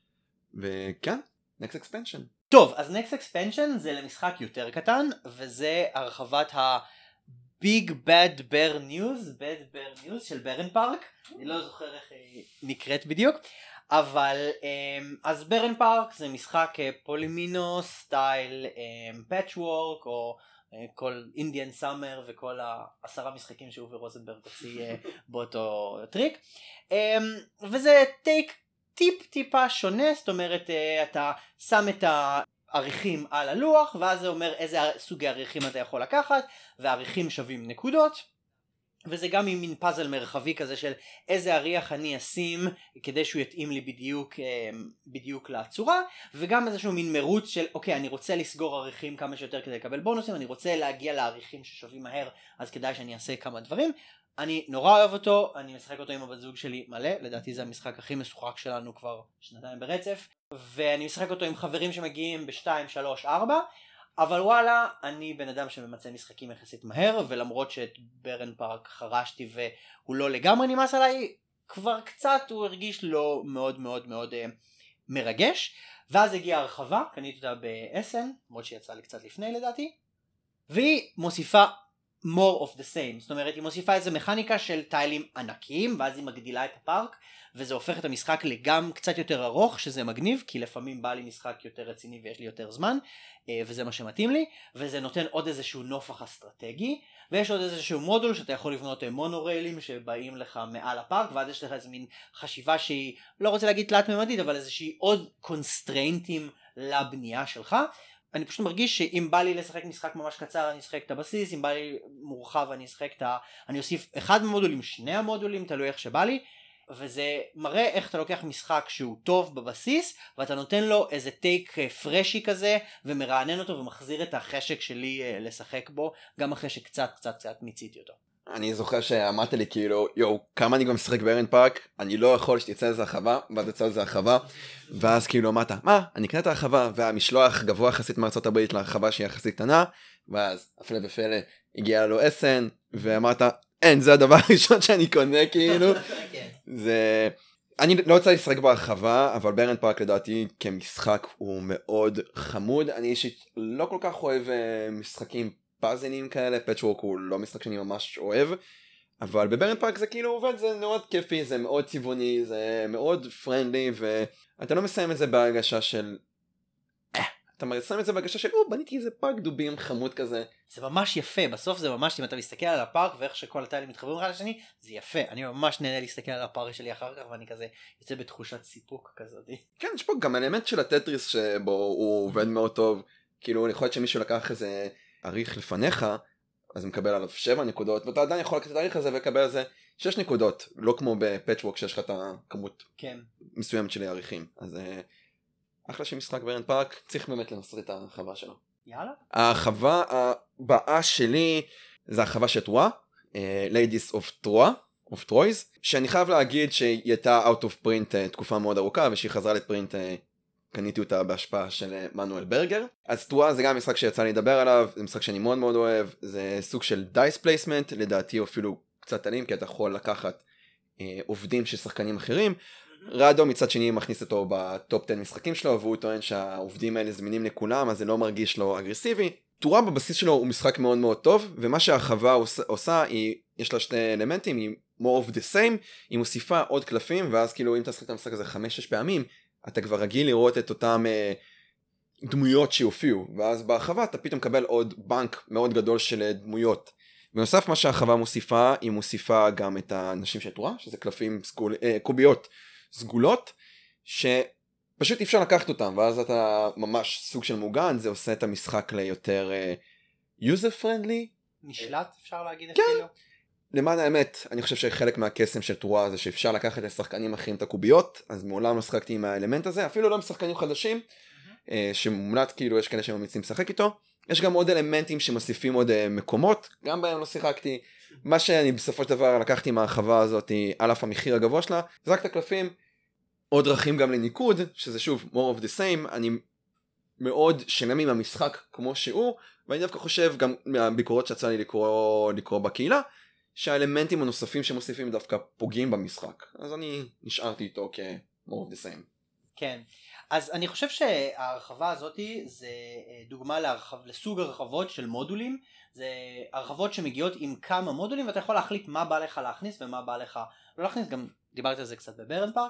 וכן, next expansion. טוב, אז next expansion זה למשחק יותר קטן, וזה הרחבת ה Big Bad Bear News, Bad Bear News של ברן פארק, אני לא זוכר איך היא נקראת בדיוק, אבל אז ברן פארק זה משחק פולימינו סטייל פאצ'וורק, או כל אינדיאן סאמר וכל העשרה משחקים שאובי רוזנברג הוציא באותו טריק, וזה טייק טיפ טיפה שונה, זאת אומרת אתה שם את העריכים על הלוח, ואז זה אומר איזה סוגי עריכים אתה יכול לקחת, והעריכים שווים נקודות, וזה גם עם מין פאזל מרחבי כזה של איזה עריך אני אשים כדי שהוא יתאים לי בדיוק, בדיוק לצורה, וגם איזשהו מין מרוץ של אוקיי, אני רוצה לסגור עריכים כמה שיותר כדי לקבל בונוסים, אני רוצה להגיע לעריכים ששווים מהר, אז כדאי שאני אעשה כמה דברים. אני נורא אוהב אותו, אני משחק אותו עם הבת זוג שלי מלא, לדעתי זה המשחק הכי משוחק שלנו כבר שנתיים ברצף, ואני משחק אותו עם חברים שמגיעים ב-שתיים, שלוש, ארבע, אבל וואלה, אני בן אדם שממצא משחקים יחסית מהר, ולמרות שאת ברן פארק חרשתי והוא לא לגמרי נמאס עליי, כבר קצת הוא הרגיש לו מאוד מאוד מאוד אה, מרגש, ואז הגיעה הרחבה, קניתי אותה ב-אסן, למרות שיצא לי קצת לפני לדעתי, והיא מוסיפה more of the same, זאת אומרת היא מוסיפה איזה מכניקה של טיילים ענקיים, ואז היא מגדילה את הפארק, וזה הופך את המשחק לגם קצת יותר ארוך, שזה מגניב, כי לפעמים בא לי משחק יותר רציני ויש לי יותר זמן, וזה מה שמתאים לי, וזה נותן עוד איזשהו נופח אסטרטגי, ויש עוד איזשהו מודול שאתה יכול לבנות מונוריילים שבאים לך מעל הפארק, ואז יש לך איזה מין חשיבה שהיא, לא רוצה להגיד תלת ממדית, אבל איזושהי עוד קונסטריינטים לבנייה שלך. אני פשוט מרגיש שאם בא לי לשחק משחק ממש קצר אני אשחק את הבסיס, אם בא לי מורחב אני אשחק את ה... אני אוסיף אחד מהמודולים, שני המודולים, תלוי איך שבא לי, וזה מראה איך אתה לוקח משחק שהוא טוב בבסיס ואתה נותן לו איזה טייק פרשי כזה ומרענן אותו ומחזיר את החשק שלי לשחק בו, גם אחרי שקצת קצת קצת מיציתי אותו. אני זוכר שאמרת לי כאילו, יו, כמה אני גם משחק ברן פארק, אני לא יכול שתצא לזה הרחבה, ואז יצא לזה הרחבה, ואז כאילו אמרת, מה, אני אקנה את הרחבה, והמשלוח גבוה יחסית מארצות הברית להרחבה שהיא יחסית קטנה, ואז הפלא ופלא הגיע לו אסן, ואמרת, אין, זה הדבר הראשון שאני קונה כאילו, זה... אני לא רוצה לשחק בהרחבה, אבל ברן פארק לדעתי כמשחק הוא מאוד חמוד, אני אישית לא כל כך אוהב משחקים פאזלים כאלה, פאצ'וורק הוא לא משחק שאני ממש אוהב, אבל בברן פארק זה כאילו עובד, זה מאוד כיפי, זה מאוד צבעוני, זה מאוד פרנדלי, ואתה לא מסיים את זה בהרגשה של, אתה מסיים את זה בהרגשה של, או, בניתי איזה פארק דובים חמוד כזה. זה ממש יפה, בסוף זה ממש, אם אתה מסתכל על הפארק ואיך שכל הטיילים מתחברים אחד לשני, זה יפה, אני ממש נהנה להסתכל על הפארק שלי אחר כך, ואני כזה יוצא בתחושת סיפוק כזאת. כן, יש פה גם אלמנט של הטטריס שבו הוא עובד מאוד טוב, כאילו אני יכול להיות שמישהו לקח איזה עריך לפניך, אז הוא מקבל עליו שבע נקודות, ואתה עדיין יכול לקחת את העריך הזה ולקבל על זה שש נקודות, לא כמו בפאצ'וורק שיש לך את הכמות כן. מסוימת של יעריכים. אז אחלה של משחק ברנד פארק, צריך באמת לנסות את החווה שלו. יאללה. החווה הבאה שלי זה החווה של טרואה, Ladies of Troa, of Troyes, שאני חייב להגיד שהיא הייתה out of print תקופה מאוד ארוכה, ושהיא חזרה לפרינט, קניתי אותה בהשפעה של מנואל ברגר. אז טרואה זה גם משחק שיצא לי לדבר עליו, זה משחק שאני מאוד מאוד אוהב, זה סוג של דייס פלייסמנט, לדעתי אפילו קצת אלים, כי אתה יכול לקחת אה, עובדים של שחקנים אחרים. רדו מצד שני מכניס אותו בטופ עשר משחקים שלו, והוא טוען שהעובדים האלה זמינים לכולם, אז זה לא מרגיש לו אגרסיבי. טרואה בבסיס שלו הוא משחק מאוד מאוד טוב, ומה שהחווה עושה, עושה היא, יש לה שני אלמנטים, היא more of the same, היא מוסיפה עוד קלפים, ואז כאילו אם אתה שחק את המשחק הזה חמש שש פעמים, אתה כבר רגיל לראות את אותם אה, דמויות שהופיעו, ואז בחווה אתה פתאום מקבל עוד בנק מאוד גדול של דמויות. בנוסף מה שהחווה מוסיפה, היא מוסיפה גם את האנשים של טרואה, שזה קלפים סגול, אה, קוביות סגולות, שפשוט אי אפשר לקחת אותם, ואז אתה ממש סוג של מוגן, זה עושה את המשחק ליותר אה, user friendly. נשלט אפשר להגיד כן. אפילו. למען האמת, אני חושב שחלק מהקסם של טרואה זה שאפשר לקחת לשחקנים אחרים את הקוביות, אז מעולם לא שחקתי עם האלמנט הזה, אפילו לא עם שחקנים חדשים, mm-hmm. שמומלץ כאילו יש כאלה שממליצים לשחק איתו. יש גם עוד אלמנטים שמוסיפים עוד מקומות, גם בהם לא שיחקתי. מה שאני בסופו של דבר לקחתי מהחווה הזאת, על אף המחיר הגבוה שלה, זה רק את הקלפים, עוד דרכים גם לניקוד, שזה שוב more of the same, אני מאוד שלם עם המשחק כמו שהוא, ואני דווקא חושב גם מהביקורות שיצא לי לקרוא, לקרוא בקהילה, שהאלמנטים הנוספים שמוסיפים דווקא פוגעים במשחק. אז אני נשארתי איתו כ-more of the same. כן. אז אני חושב שההרחבה הזאת זה דוגמה להרחב, לסוג הרחבות של מודולים. זה הרחבות שמגיעות עם כמה מודולים, ואתה יכול להחליט מה בא לך להכניס ומה בא לך לא להכניס. גם דיברתי על זה קצת בברנד פארק.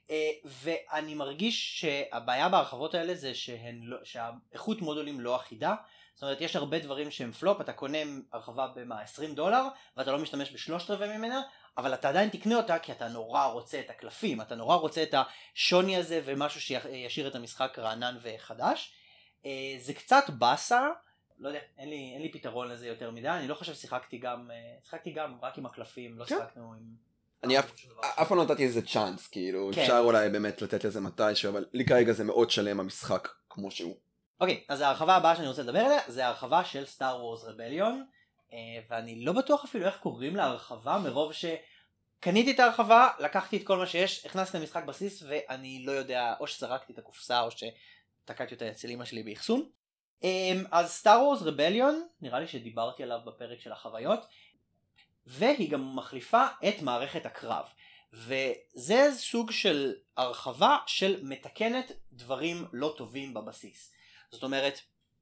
ואני מרגיש שהבעיה בהרחבות האלה זה שהן לא, שהאיכות מודולים לא אחידה. זאת אומרת, יש הרבה דברים שהם פלופ, אתה קונה הרחבה במה עשרים דולר, ואתה לא משתמש בשלושת רבעי ממנה, אבל אתה עדיין תקנה אותה כי אתה נורא רוצה את הקלפים, אתה נורא רוצה את השוני הזה ומשהו שישאיר את המשחק רענן וחדש. זה קצת בסה, לא יודע, אין לי, אין לי פתרון לזה יותר מדי, אני לא חושב ששיחקתי גם, שיחקתי גם רק עם הקלפים, לא שיחקנו עם... אני אף פעם לא נתתי איזה צ'אנס, כאילו, אפשר אולי באמת לתת לזה מתישהו, אבל לי כרגע זה מאוד שלם המשחק כמו שהוא. אוקיי, אז ההרחבה הבאה שאני רוצה לדבר עליה זה ההרחבה של Star Wars Rebellion, ואני לא בטוח אפילו איך קוראים להרחבה, מרוב שקניתי את ההרחבה, לקחתי את כל מה שיש, הכנסתי למשחק בסיס, ואני לא יודע, או שזרקתי את הקופסה, או שתקעתי אותה אצל אמא שלי באחסון. אז Star Wars Rebellion, נראה לי שדיברתי עליו בפרק של החוויות, והיא גם מחליפה את מערכת הקרב. וזה סוג של הרחבה של מתקנת דברים לא טובים בבסיס. זאת אומרת,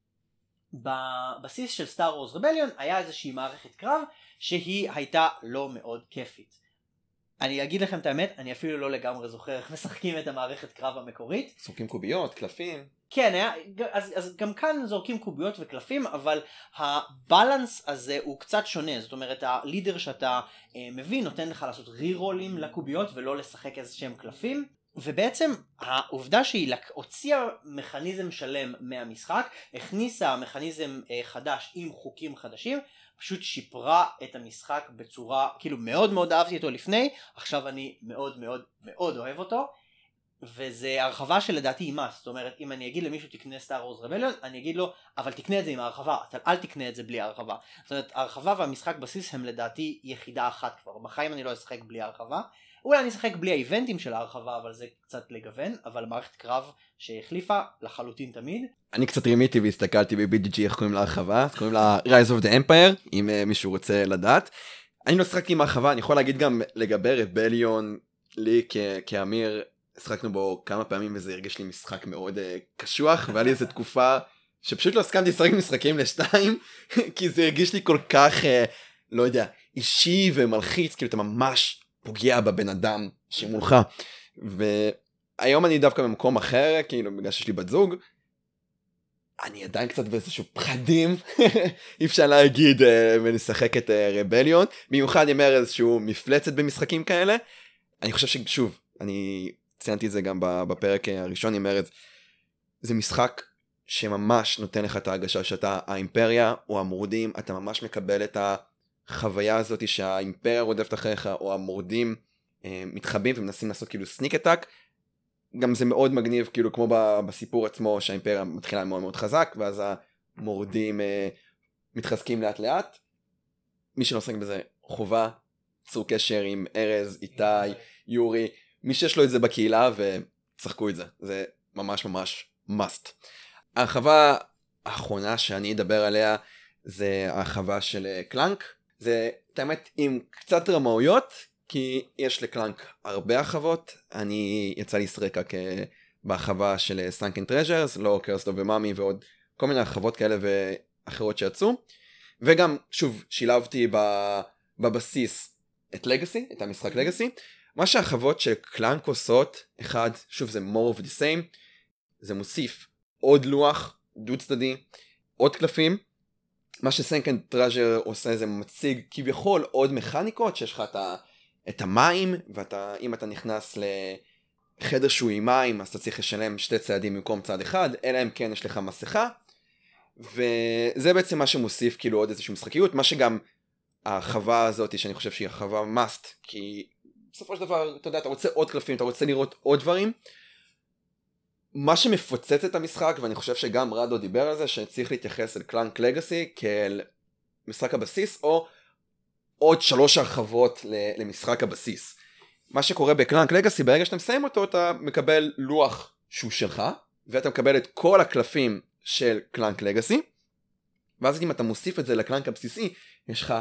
בבסיס של Star Wars Rebellion היה איזושהי מערכת קרב שהיא הייתה לא מאוד כיפית. אני אגיד לכם את האמת, אני אפילו לא לגמרי זוכר איך משחקים את המערכת קרב המקורית. זורקים קוביות, קלפים. כן, היה, אז, אז גם כאן זורקים קוביות וקלפים, אבל הבלנס הזה הוא קצת שונה. זאת אומרת, הלידר שאתה אה, מבין נותן לך לעשות רי-רולים לקוביות ולא לשחק איזה שהם קלפים. ובעצם העובדה שהיא הוציאה מכניזם שלם מהמשחק, הכניסה מכניזם אה, חדש עם חוקים חדשים, פשוט שיפרה את המשחק בצורה, כאילו מאוד מאוד אהבתי אותו לפני, עכשיו אני מאוד מאוד מאוד אוהב אותו. וזה הרחבה שלדעתי היא מס, זאת אומרת אם אני אגיד למישהו תקנה Star Wars Rebellion, אני אגיד לו אבל תקנה את זה עם ההרחבה, אל תקנה את זה בלי ההרחבה. זאת אומרת ההרחבה והמשחק בסיס הם לדעתי יחידה אחת כבר, בחיים אני לא אשחק בלי ההרחבה, אולי אני אשחק בלי האיבנטים של ההרחבה, אבל זה קצת לגוון, אבל מערכת קרב שהחליפה לחלוטין תמיד. אני קצת רימיתי והסתכלתי ב-בי ג'י ג'י איך קוראים להרחבה, קוראים לה Rise of the Empire, אם מישהו רוצה לדעת. אני לא שחקתי עם ההרחבה, אני יכול להגיד גם לגבי רבליון, לי כאמיר, שחקנו בו כמה פעמים וזה הרגיש לי משחק מאוד uh, קשוח, והיה לי איזו תקופה שפשוט לא הסכמתי לשחק משחקים לשתיים, כי זה הרגיש לי כל כך, uh, לא יודע, אישי ומלחיץ, כאילו אתה ממש פוגע בבן אדם שמולך. והיום אני דווקא במקום אחר, כאילו בגלל שיש לי בת זוג, אני עדיין קצת באיזשהו פחדים, אי אפשר להגיד uh, ונשחק את רבליון, uh, במיוחד אם אומר איזשהו מפלצת במשחקים כאלה. אני חושב ששוב, אני... ציינתי את זה גם בפרק הראשון עם ארץ, זה משחק שממש נותן לך את ההרגשה שאתה האימפריה או המורדים, אתה ממש מקבל את החוויה הזאת שהאימפריה רודפת אחריך, או המורדים אה, מתחבאים ומנסים לעשות כאילו סניק אטאק, גם זה מאוד מגניב, כאילו כמו בסיפור עצמו, שהאימפריה מתחילה מאוד מאוד חזק, ואז המורדים אה, מתחזקים לאט לאט. מי שלא עוסק בזה, חובה, צרו קשר עם ארז, איתי, יורי, מי שיש לו את זה בקהילה, וצחקו את זה, זה ממש ממש must. ההרחבה האחרונה שאני אדבר עליה, זה ההרחבה של קלאנק, זה האמת עם קצת רמאויות, כי יש לקלאנק הרבה הרחבות, אני יצא לי לשחק רק בהרחבה של Sunken Treasures, לא Cursed of Umami ועוד כל מיני הרחבות כאלה ואחרות שיצאו, וגם שוב שילבתי בבסיס את לגאסי, את המשחק לגאסי, מה שהרחבות שקלאנק עושות, אחד, שוב זה more of the same, זה מוסיף עוד לוח דו צדדי, עוד קלפים, מה שסנקן טראז'ר עושה זה מציג כביכול עוד מכניקות, שיש לך את, ה, את המים, ואם אתה נכנס לחדר שהוא עם מים, אז אתה צריך לשלם שתי צעדים במקום צעד אחד, אלא אם כן יש לך מסכה, וזה בעצם מה שמוסיף כאילו עוד איזושהי משחקיות, מה שגם ההרחבה הזאת שאני חושב שהיא הרחבה must, כי בסופו של דבר, אתה יודע, אתה רוצה עוד קלפים, אתה רוצה לראות עוד דברים, מה שמפוצץ את המשחק, ואני חושב שגם רדו דיבר על זה, שצריך להתייחס אל קלאנק לגאסי כאל משחק הבסיס, או עוד שלוש הרחבות למשחק הבסיס. מה שקורה בקלאנק לגאסי, ברגע שאתה מסיים אותו, אתה מקבל לוח שהוא שלך, ואתה מקבל את כל הקלפים של קלאנק לגאסי, ואז אם אתה מוסיף את זה לקלאנק הבסיסי, יש לך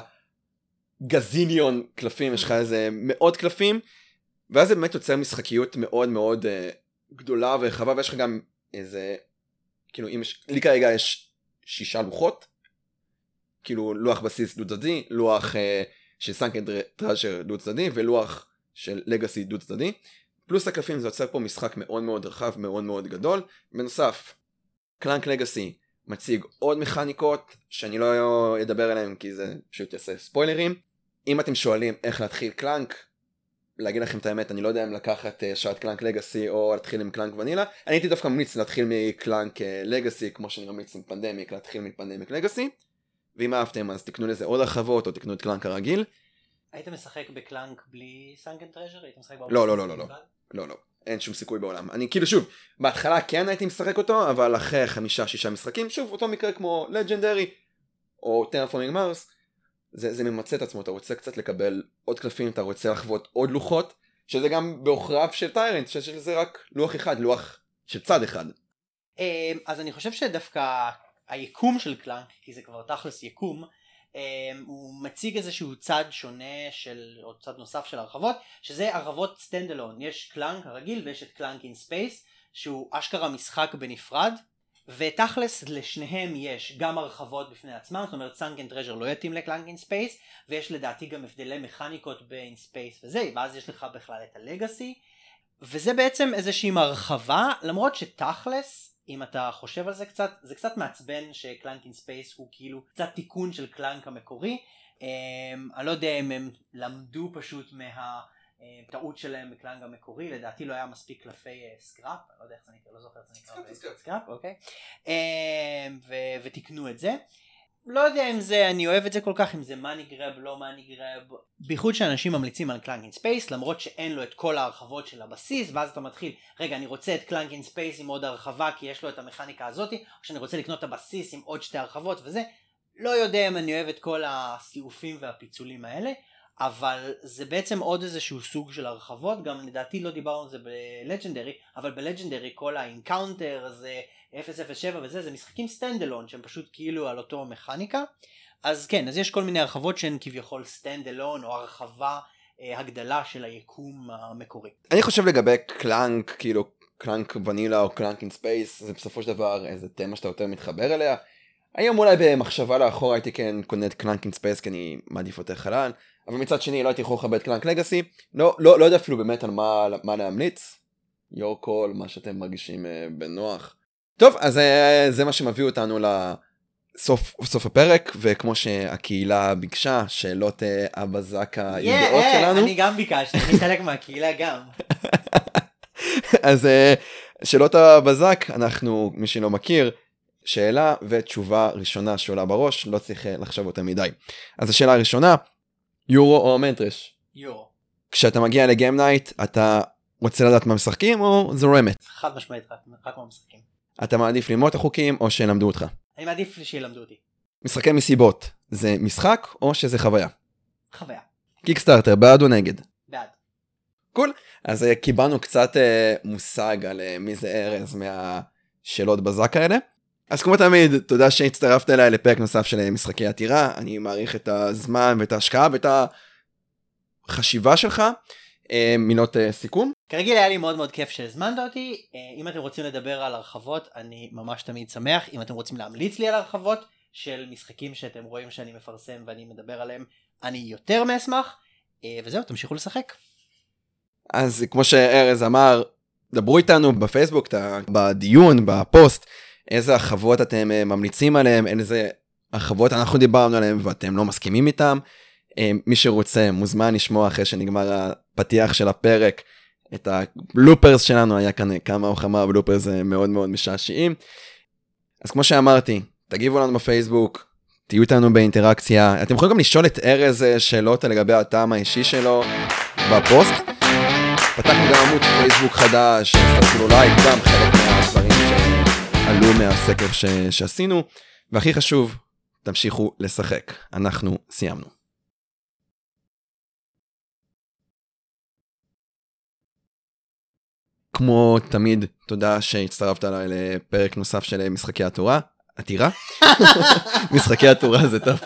גזיליון קלפים, יש לך איזה מאות קלפים, ואז זה באמת יוצר משחקיות מאוד מאוד גדולה ורחבה, ויש לך גם איזה, כאילו, אם יש, לי כרגע יש שישה לוחות, כאילו לוח בסיס דו צדדי, לוח אה, של סנקן טראז'ר דו צדדי, ולוח של לגאסי דו צדדי, פלוס הקלפים, זה יוצר פה משחק מאוד מאוד רחב, מאוד מאוד גדול. בנוסף, קלאנק לגאסי מציג עוד מכניקות, שאני לא אדבר עליהן, כי זה פשוט יעשה ספוילרים. אם אתם שואלים איך להתחיל קלאנק, להגיד לכם את האמת, אני לא יודע אם לקחת שעת קלאנק לגאסי או להתחיל עם קלאנק ונילה. אני הייתי דווקא ממליץ להתחיל מקלאנק לגאסי, כמו שאני ממליץ עם פנדמיק, להתחיל מפנדמיק לגאסי. ואם אהבתם אז תקנו לזה עוד הרחבות או תקנו את קלאנק הרגיל. היית משחק בקלאנק בלי סנקן טראז'ר? היית משחק לא, לא, לא, לא, לא, לא, לא, אין שום סיכוי בעולם. אני כאילו שוב, בהתחלה כן הייתי משחק אותו, אבל אחרי חמישה, שישה משחקים, שוב, אותו מקרה כמו לג'נדרי או טרפורמינג מארס, זה, זה ממצא את עצמו, אתה רוצה קצת לקבל עוד קלפים, אתה רוצה לחוות עוד לוחות, שזה גם באוכריו של טיירנט, שזה רק לוח אחד, לוח של צד אחד. אז אני חושב שדווקא היקום של קלאנק, כי זה כבר תכלס יקום, הוא מציג איזשהו צד שונה של, או צד נוסף של הרחבות, שזה הרחבות סטנדלון. יש קלאנק הרגיל ויש את קלאנק אין ספייס, שהוא אשכרה משחק בנפרד, ותכלס לשניהם יש גם הרחבות בפני עצמם, זאת אומרת סנקן טראז'ר לא יתאים לקלאנק אין ספייס, ויש לדעתי גם הבדלי מכניקות באין ספייס וזה, ואז יש לך בכלל את הלגאסי, וזה בעצם איזושהי הרחבה, למרות שתכלס, אם אתה חושב על זה קצת, זה קצת מעצבן שקלאנק אין ספייס הוא כאילו קצת תיקון של קלאנק המקורי. אני לא יודע אם הם למדו פשוט מהטעות שלהם בקלאנק המקורי, לדעתי לא היה מספיק קלפי סקראפ, אני לא יודע איך זה נקרא, לא זוכר איך זה נקרא, סקראפ, אוקיי, ותקנו את זה. לא יודע אם זה, אני אוהב את זה כל כך, אם זה מאני גרב, לא מאני גרב, בייחוד שאנשים ממליצים על קלאנק אין ספייס, למרות שאין לו את כל ההרחבות של הבסיס, ואז אתה מתחיל, רגע, אני רוצה את קלאנק אין ספייס עם עוד הרחבה, כי יש לו את המכניקה הזאת, או שאני רוצה לקנות את הבסיס עם עוד שתי הרחבות וזה, לא יודע אם אני אוהב את כל הסיופים והפיצולים האלה, אבל זה בעצם עוד איזשהו סוג של הרחבות, גם לדעתי לא דיברנו על זה בלג'נדרי, אבל בלג'נדרי כל האינקאונטר הזה, אפס אפס שבע וזה, זה משחקים סטנדלון שהם פשוט כאילו על אותו מכניקה. אז כן, אז יש כל מיני הרחבות שהן כביכול סטנדלון או הרחבה, אה, הגדלה של היקום המקורי. אני חושב לגבי קלאנק, כאילו קלאנק ונילה או קלאנק אין ספייס, זה בסופו של דבר איזה תמה שאתה יותר מתחבר אליה. היום אולי במחשבה לאחור הייתי כן קונה את קלאנק אין ספייס כי אני מעדיף יותר חלן, אבל מצד שני לא הייתי יכול לחבר את קלאנק לגאסי, לא, לא, לא יודע אפילו באמת על מה, מה להמליץ, your call, מה שאתם מרגישים אה, בנוח. טוב, אז זה מה שמביא אותנו לסוף סוף הפרק, וכמו שהקהילה ביקשה, שאלות הבזק הידועות yeah, שלנו. אני גם ביקשתי, אני חלק מהקהילה גם. אז שאלות הבזק, אנחנו, מי שלא מכיר, שאלה ותשובה ראשונה שעולה בראש, לא צריך לחשוב אותה מדי. אז השאלה הראשונה, יורו או מנטרש? יורו. כשאתה מגיע לגיים נייט, אתה רוצה לדעת מה משחקים או זורמת? חד משמעית, רק מה משחקים. אתה מעדיף ללמוד את החוקים או שילמדו אותך? אני מעדיף שילמדו אותי. משחקי מסיבות, זה משחק או שזה חוויה? חוויה. קיקסטארטר, בעד או נגד? בעד. קול. אז uh, קיבלנו קצת uh, מושג על uh, מי זה ארז מהשאלות בזק האלה. אז כמו תמיד, תודה שהצטרפת אליי לפרק נוסף של משחקי עתירה. אני מעריך את הזמן ואת ההשקעה ואת החשיבה שלך. Uh, מילות uh, סיכום. כרגיל היה לי מאוד מאוד כיף שהזמנת אותי. Uh, אם אתם רוצים לדבר על הרחבות, אני ממש תמיד שמח. אם אתם רוצים להמליץ לי על הרחבות של משחקים שאתם רואים שאני מפרסם ואני מדבר עליהם, אני יותר מאשמח. Uh, וזהו, תמשיכו לשחק. אז כמו שארז אמר, דברו איתנו בפייסבוק, בדיון, בפוסט, איזה הרחבות אתם ממליצים עליהם, איזה הרחבות אנחנו דיברנו עליהם ואתם לא מסכימים איתם. מי שרוצה מוזמן לשמוע אחרי שנגמר הפתיח של הפרק, את הבלופרס שלנו, היה כאן כמה או כמה בלופרס מאוד מאוד משעשעים. אז כמו שאמרתי, תגיבו לנו בפייסבוק, תהיו איתנו באינטראקציה, אתם יכולים גם לשאול את ארז שאלות לגבי הטעם האישי שלו בפוסט. פתחנו גם עמוד פייסבוק חדש, תעשו לו לייק, גם חלק מהדברים שעלו מהסקר ש... שעשינו, והכי חשוב, תמשיכו לשחק. אנחנו סיימנו. כמו תמיד, תודה שהצטרפת אליי לפרק נוסף של משחקי התורה. עתירה? משחקי התורה זה טוב.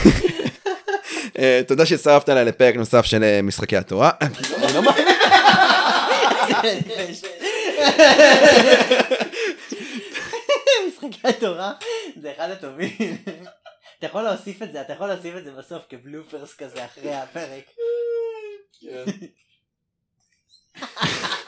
תודה שהצטרפת אליי לפרק נוסף של משחקי התורה. אני לא מאמין. משחקי התורה זה אחד הטובים. אתה יכול להוסיף את זה, אתה יכול להוסיף את זה בסוף כבלופרס כזה אחרי הפרק. כן.